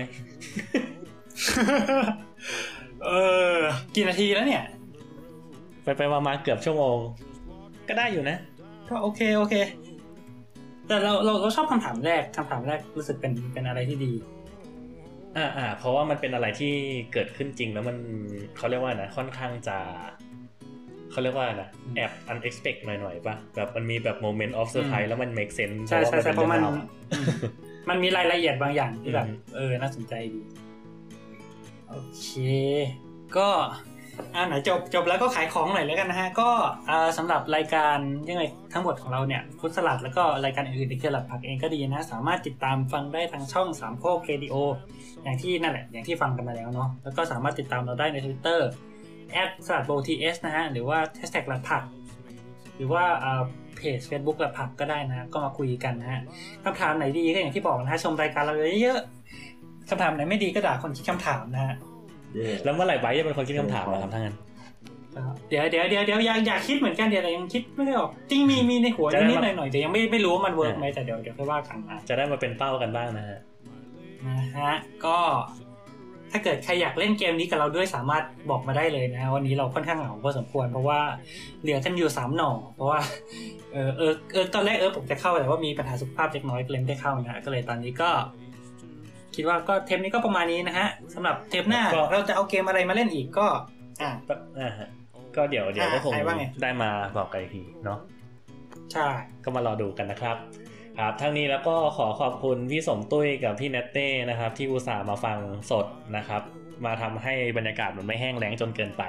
กี่นาทีแล้วเนี่ยไปมาเกือบชั่วโมงก็ได้อยู่นะก็โอเคแต่เราชอบคำถามแรกรู้สึกเป็นอะไรที่ดีเพราะว่ามันเป็นอะไรที่เกิดขึ้นจริงแล้วมันเขาเรียกว่านะค่อนข้างจะเขาเรียกว่านะแอบ unexpected หน่อยๆป่ะแบบมันมีแบบ moment of surprise แล้วมัน make sense ใช่เพราะมันมีรายละเอียดบางอย่างที่แบบน่าสนใจดีโอเคก็ไหนจบแล้วก็ขายของหน่อยแล้วกันนะฮะก็สำหรับรายการยังไงทั้งหมดของเราเนี่ยฟุตสลัดแล้วก็รายการอื่นๆที่เกี่ยวกับผักเองก็ดีนะสามารถติดตามฟังได้ทางช่องสามโคกเรดิโออย่างที่นั่นแหละอย่างที่ฟังกันมาแล้วเนาะแล้วก็สามารถติดตามเราได้ใน Twitter @saladbots นะฮะหรือว่า #ผักหรือว่าเพจ Facebook ผักก็ได้นะก็มาคุยกันนะฮะคำถามไหนดีก็อย่างที่บอกนะฮะชมรายการเราเยอะๆคำถามไหนไม่ดีก็ด่าคนคิดคำถามนะฮะแล้วเมื่อไหร่ไบจะเป็นคนคิดคำถามนะครับทั้งนั้นเดี๋ยวอยากคิดเหมือนกันเดี๋ยวยังคิดไม่ได้ออกจริงมีในหัวนิดๆหน่อยๆแต่ยังไม่รู้ว่ามันเวิร์กไหมแต่เดี๋ยวค่อยว่ากันจะได้มาเป็นเป้ากันบ้างนะฮะก็ถ้าเกิดใครอยากเล่นเกมนี้กับเราด้วยสามารถบอกมาได้เลยนะวันนี้เราค่อนข้างเหงาพอสมควรเพราะว่าเหลือกันอยู่3หน่อเพราะว่าตอนแรกผมจะเข้าแต่ว่ามีปัญหาสุขภาพเล็กน้อยก็เลยไม่ได้เข้านะก็เลยตอนนี้ก็คิดว่าก็เทปนี้ก็ประมาณนี้นะฮะสำหรับเทปหน้าเราจะเอาเกมอะไรมาเล่นอีกก็ก็เดี๋ยวก็คงได้มาบอกกันอีกทีเนาะใช่ก็มารอดูกันนะครับครับทั้งนี้แล้วก็ขอขอบคุณพี่สมตุ้ยกับพี่เนตเต้นะครับที่อุตส่าห์มาฟังสดนะครับมาทำให้บรรยากาศมันไม่แห้งแล้งจนเกินไป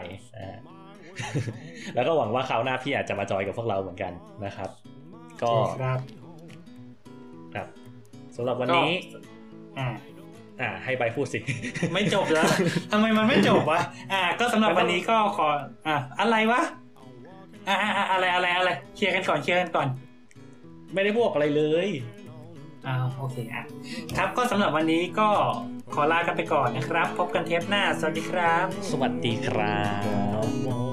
แล้วก็หวังว่าคราวหน้าพี่อาจจะมาจอยกับพวกเราเหมือนกันนะครับก็ครับสำหรับวันนี้ให้ใบพูดสิไม่จบแล้วทำไมมันไม่จบวะก็สำหรับวันนี้ก็ขออะไรวะอะไรเคลียร์กันก่อนไม่ได้บอกอะไรเลยโอเคครับก็สำหรับวันนี้ก็ขอลากันไปก่อนนะครับพบกันเทปหน้าสวัสดีครับสวัสดีครับ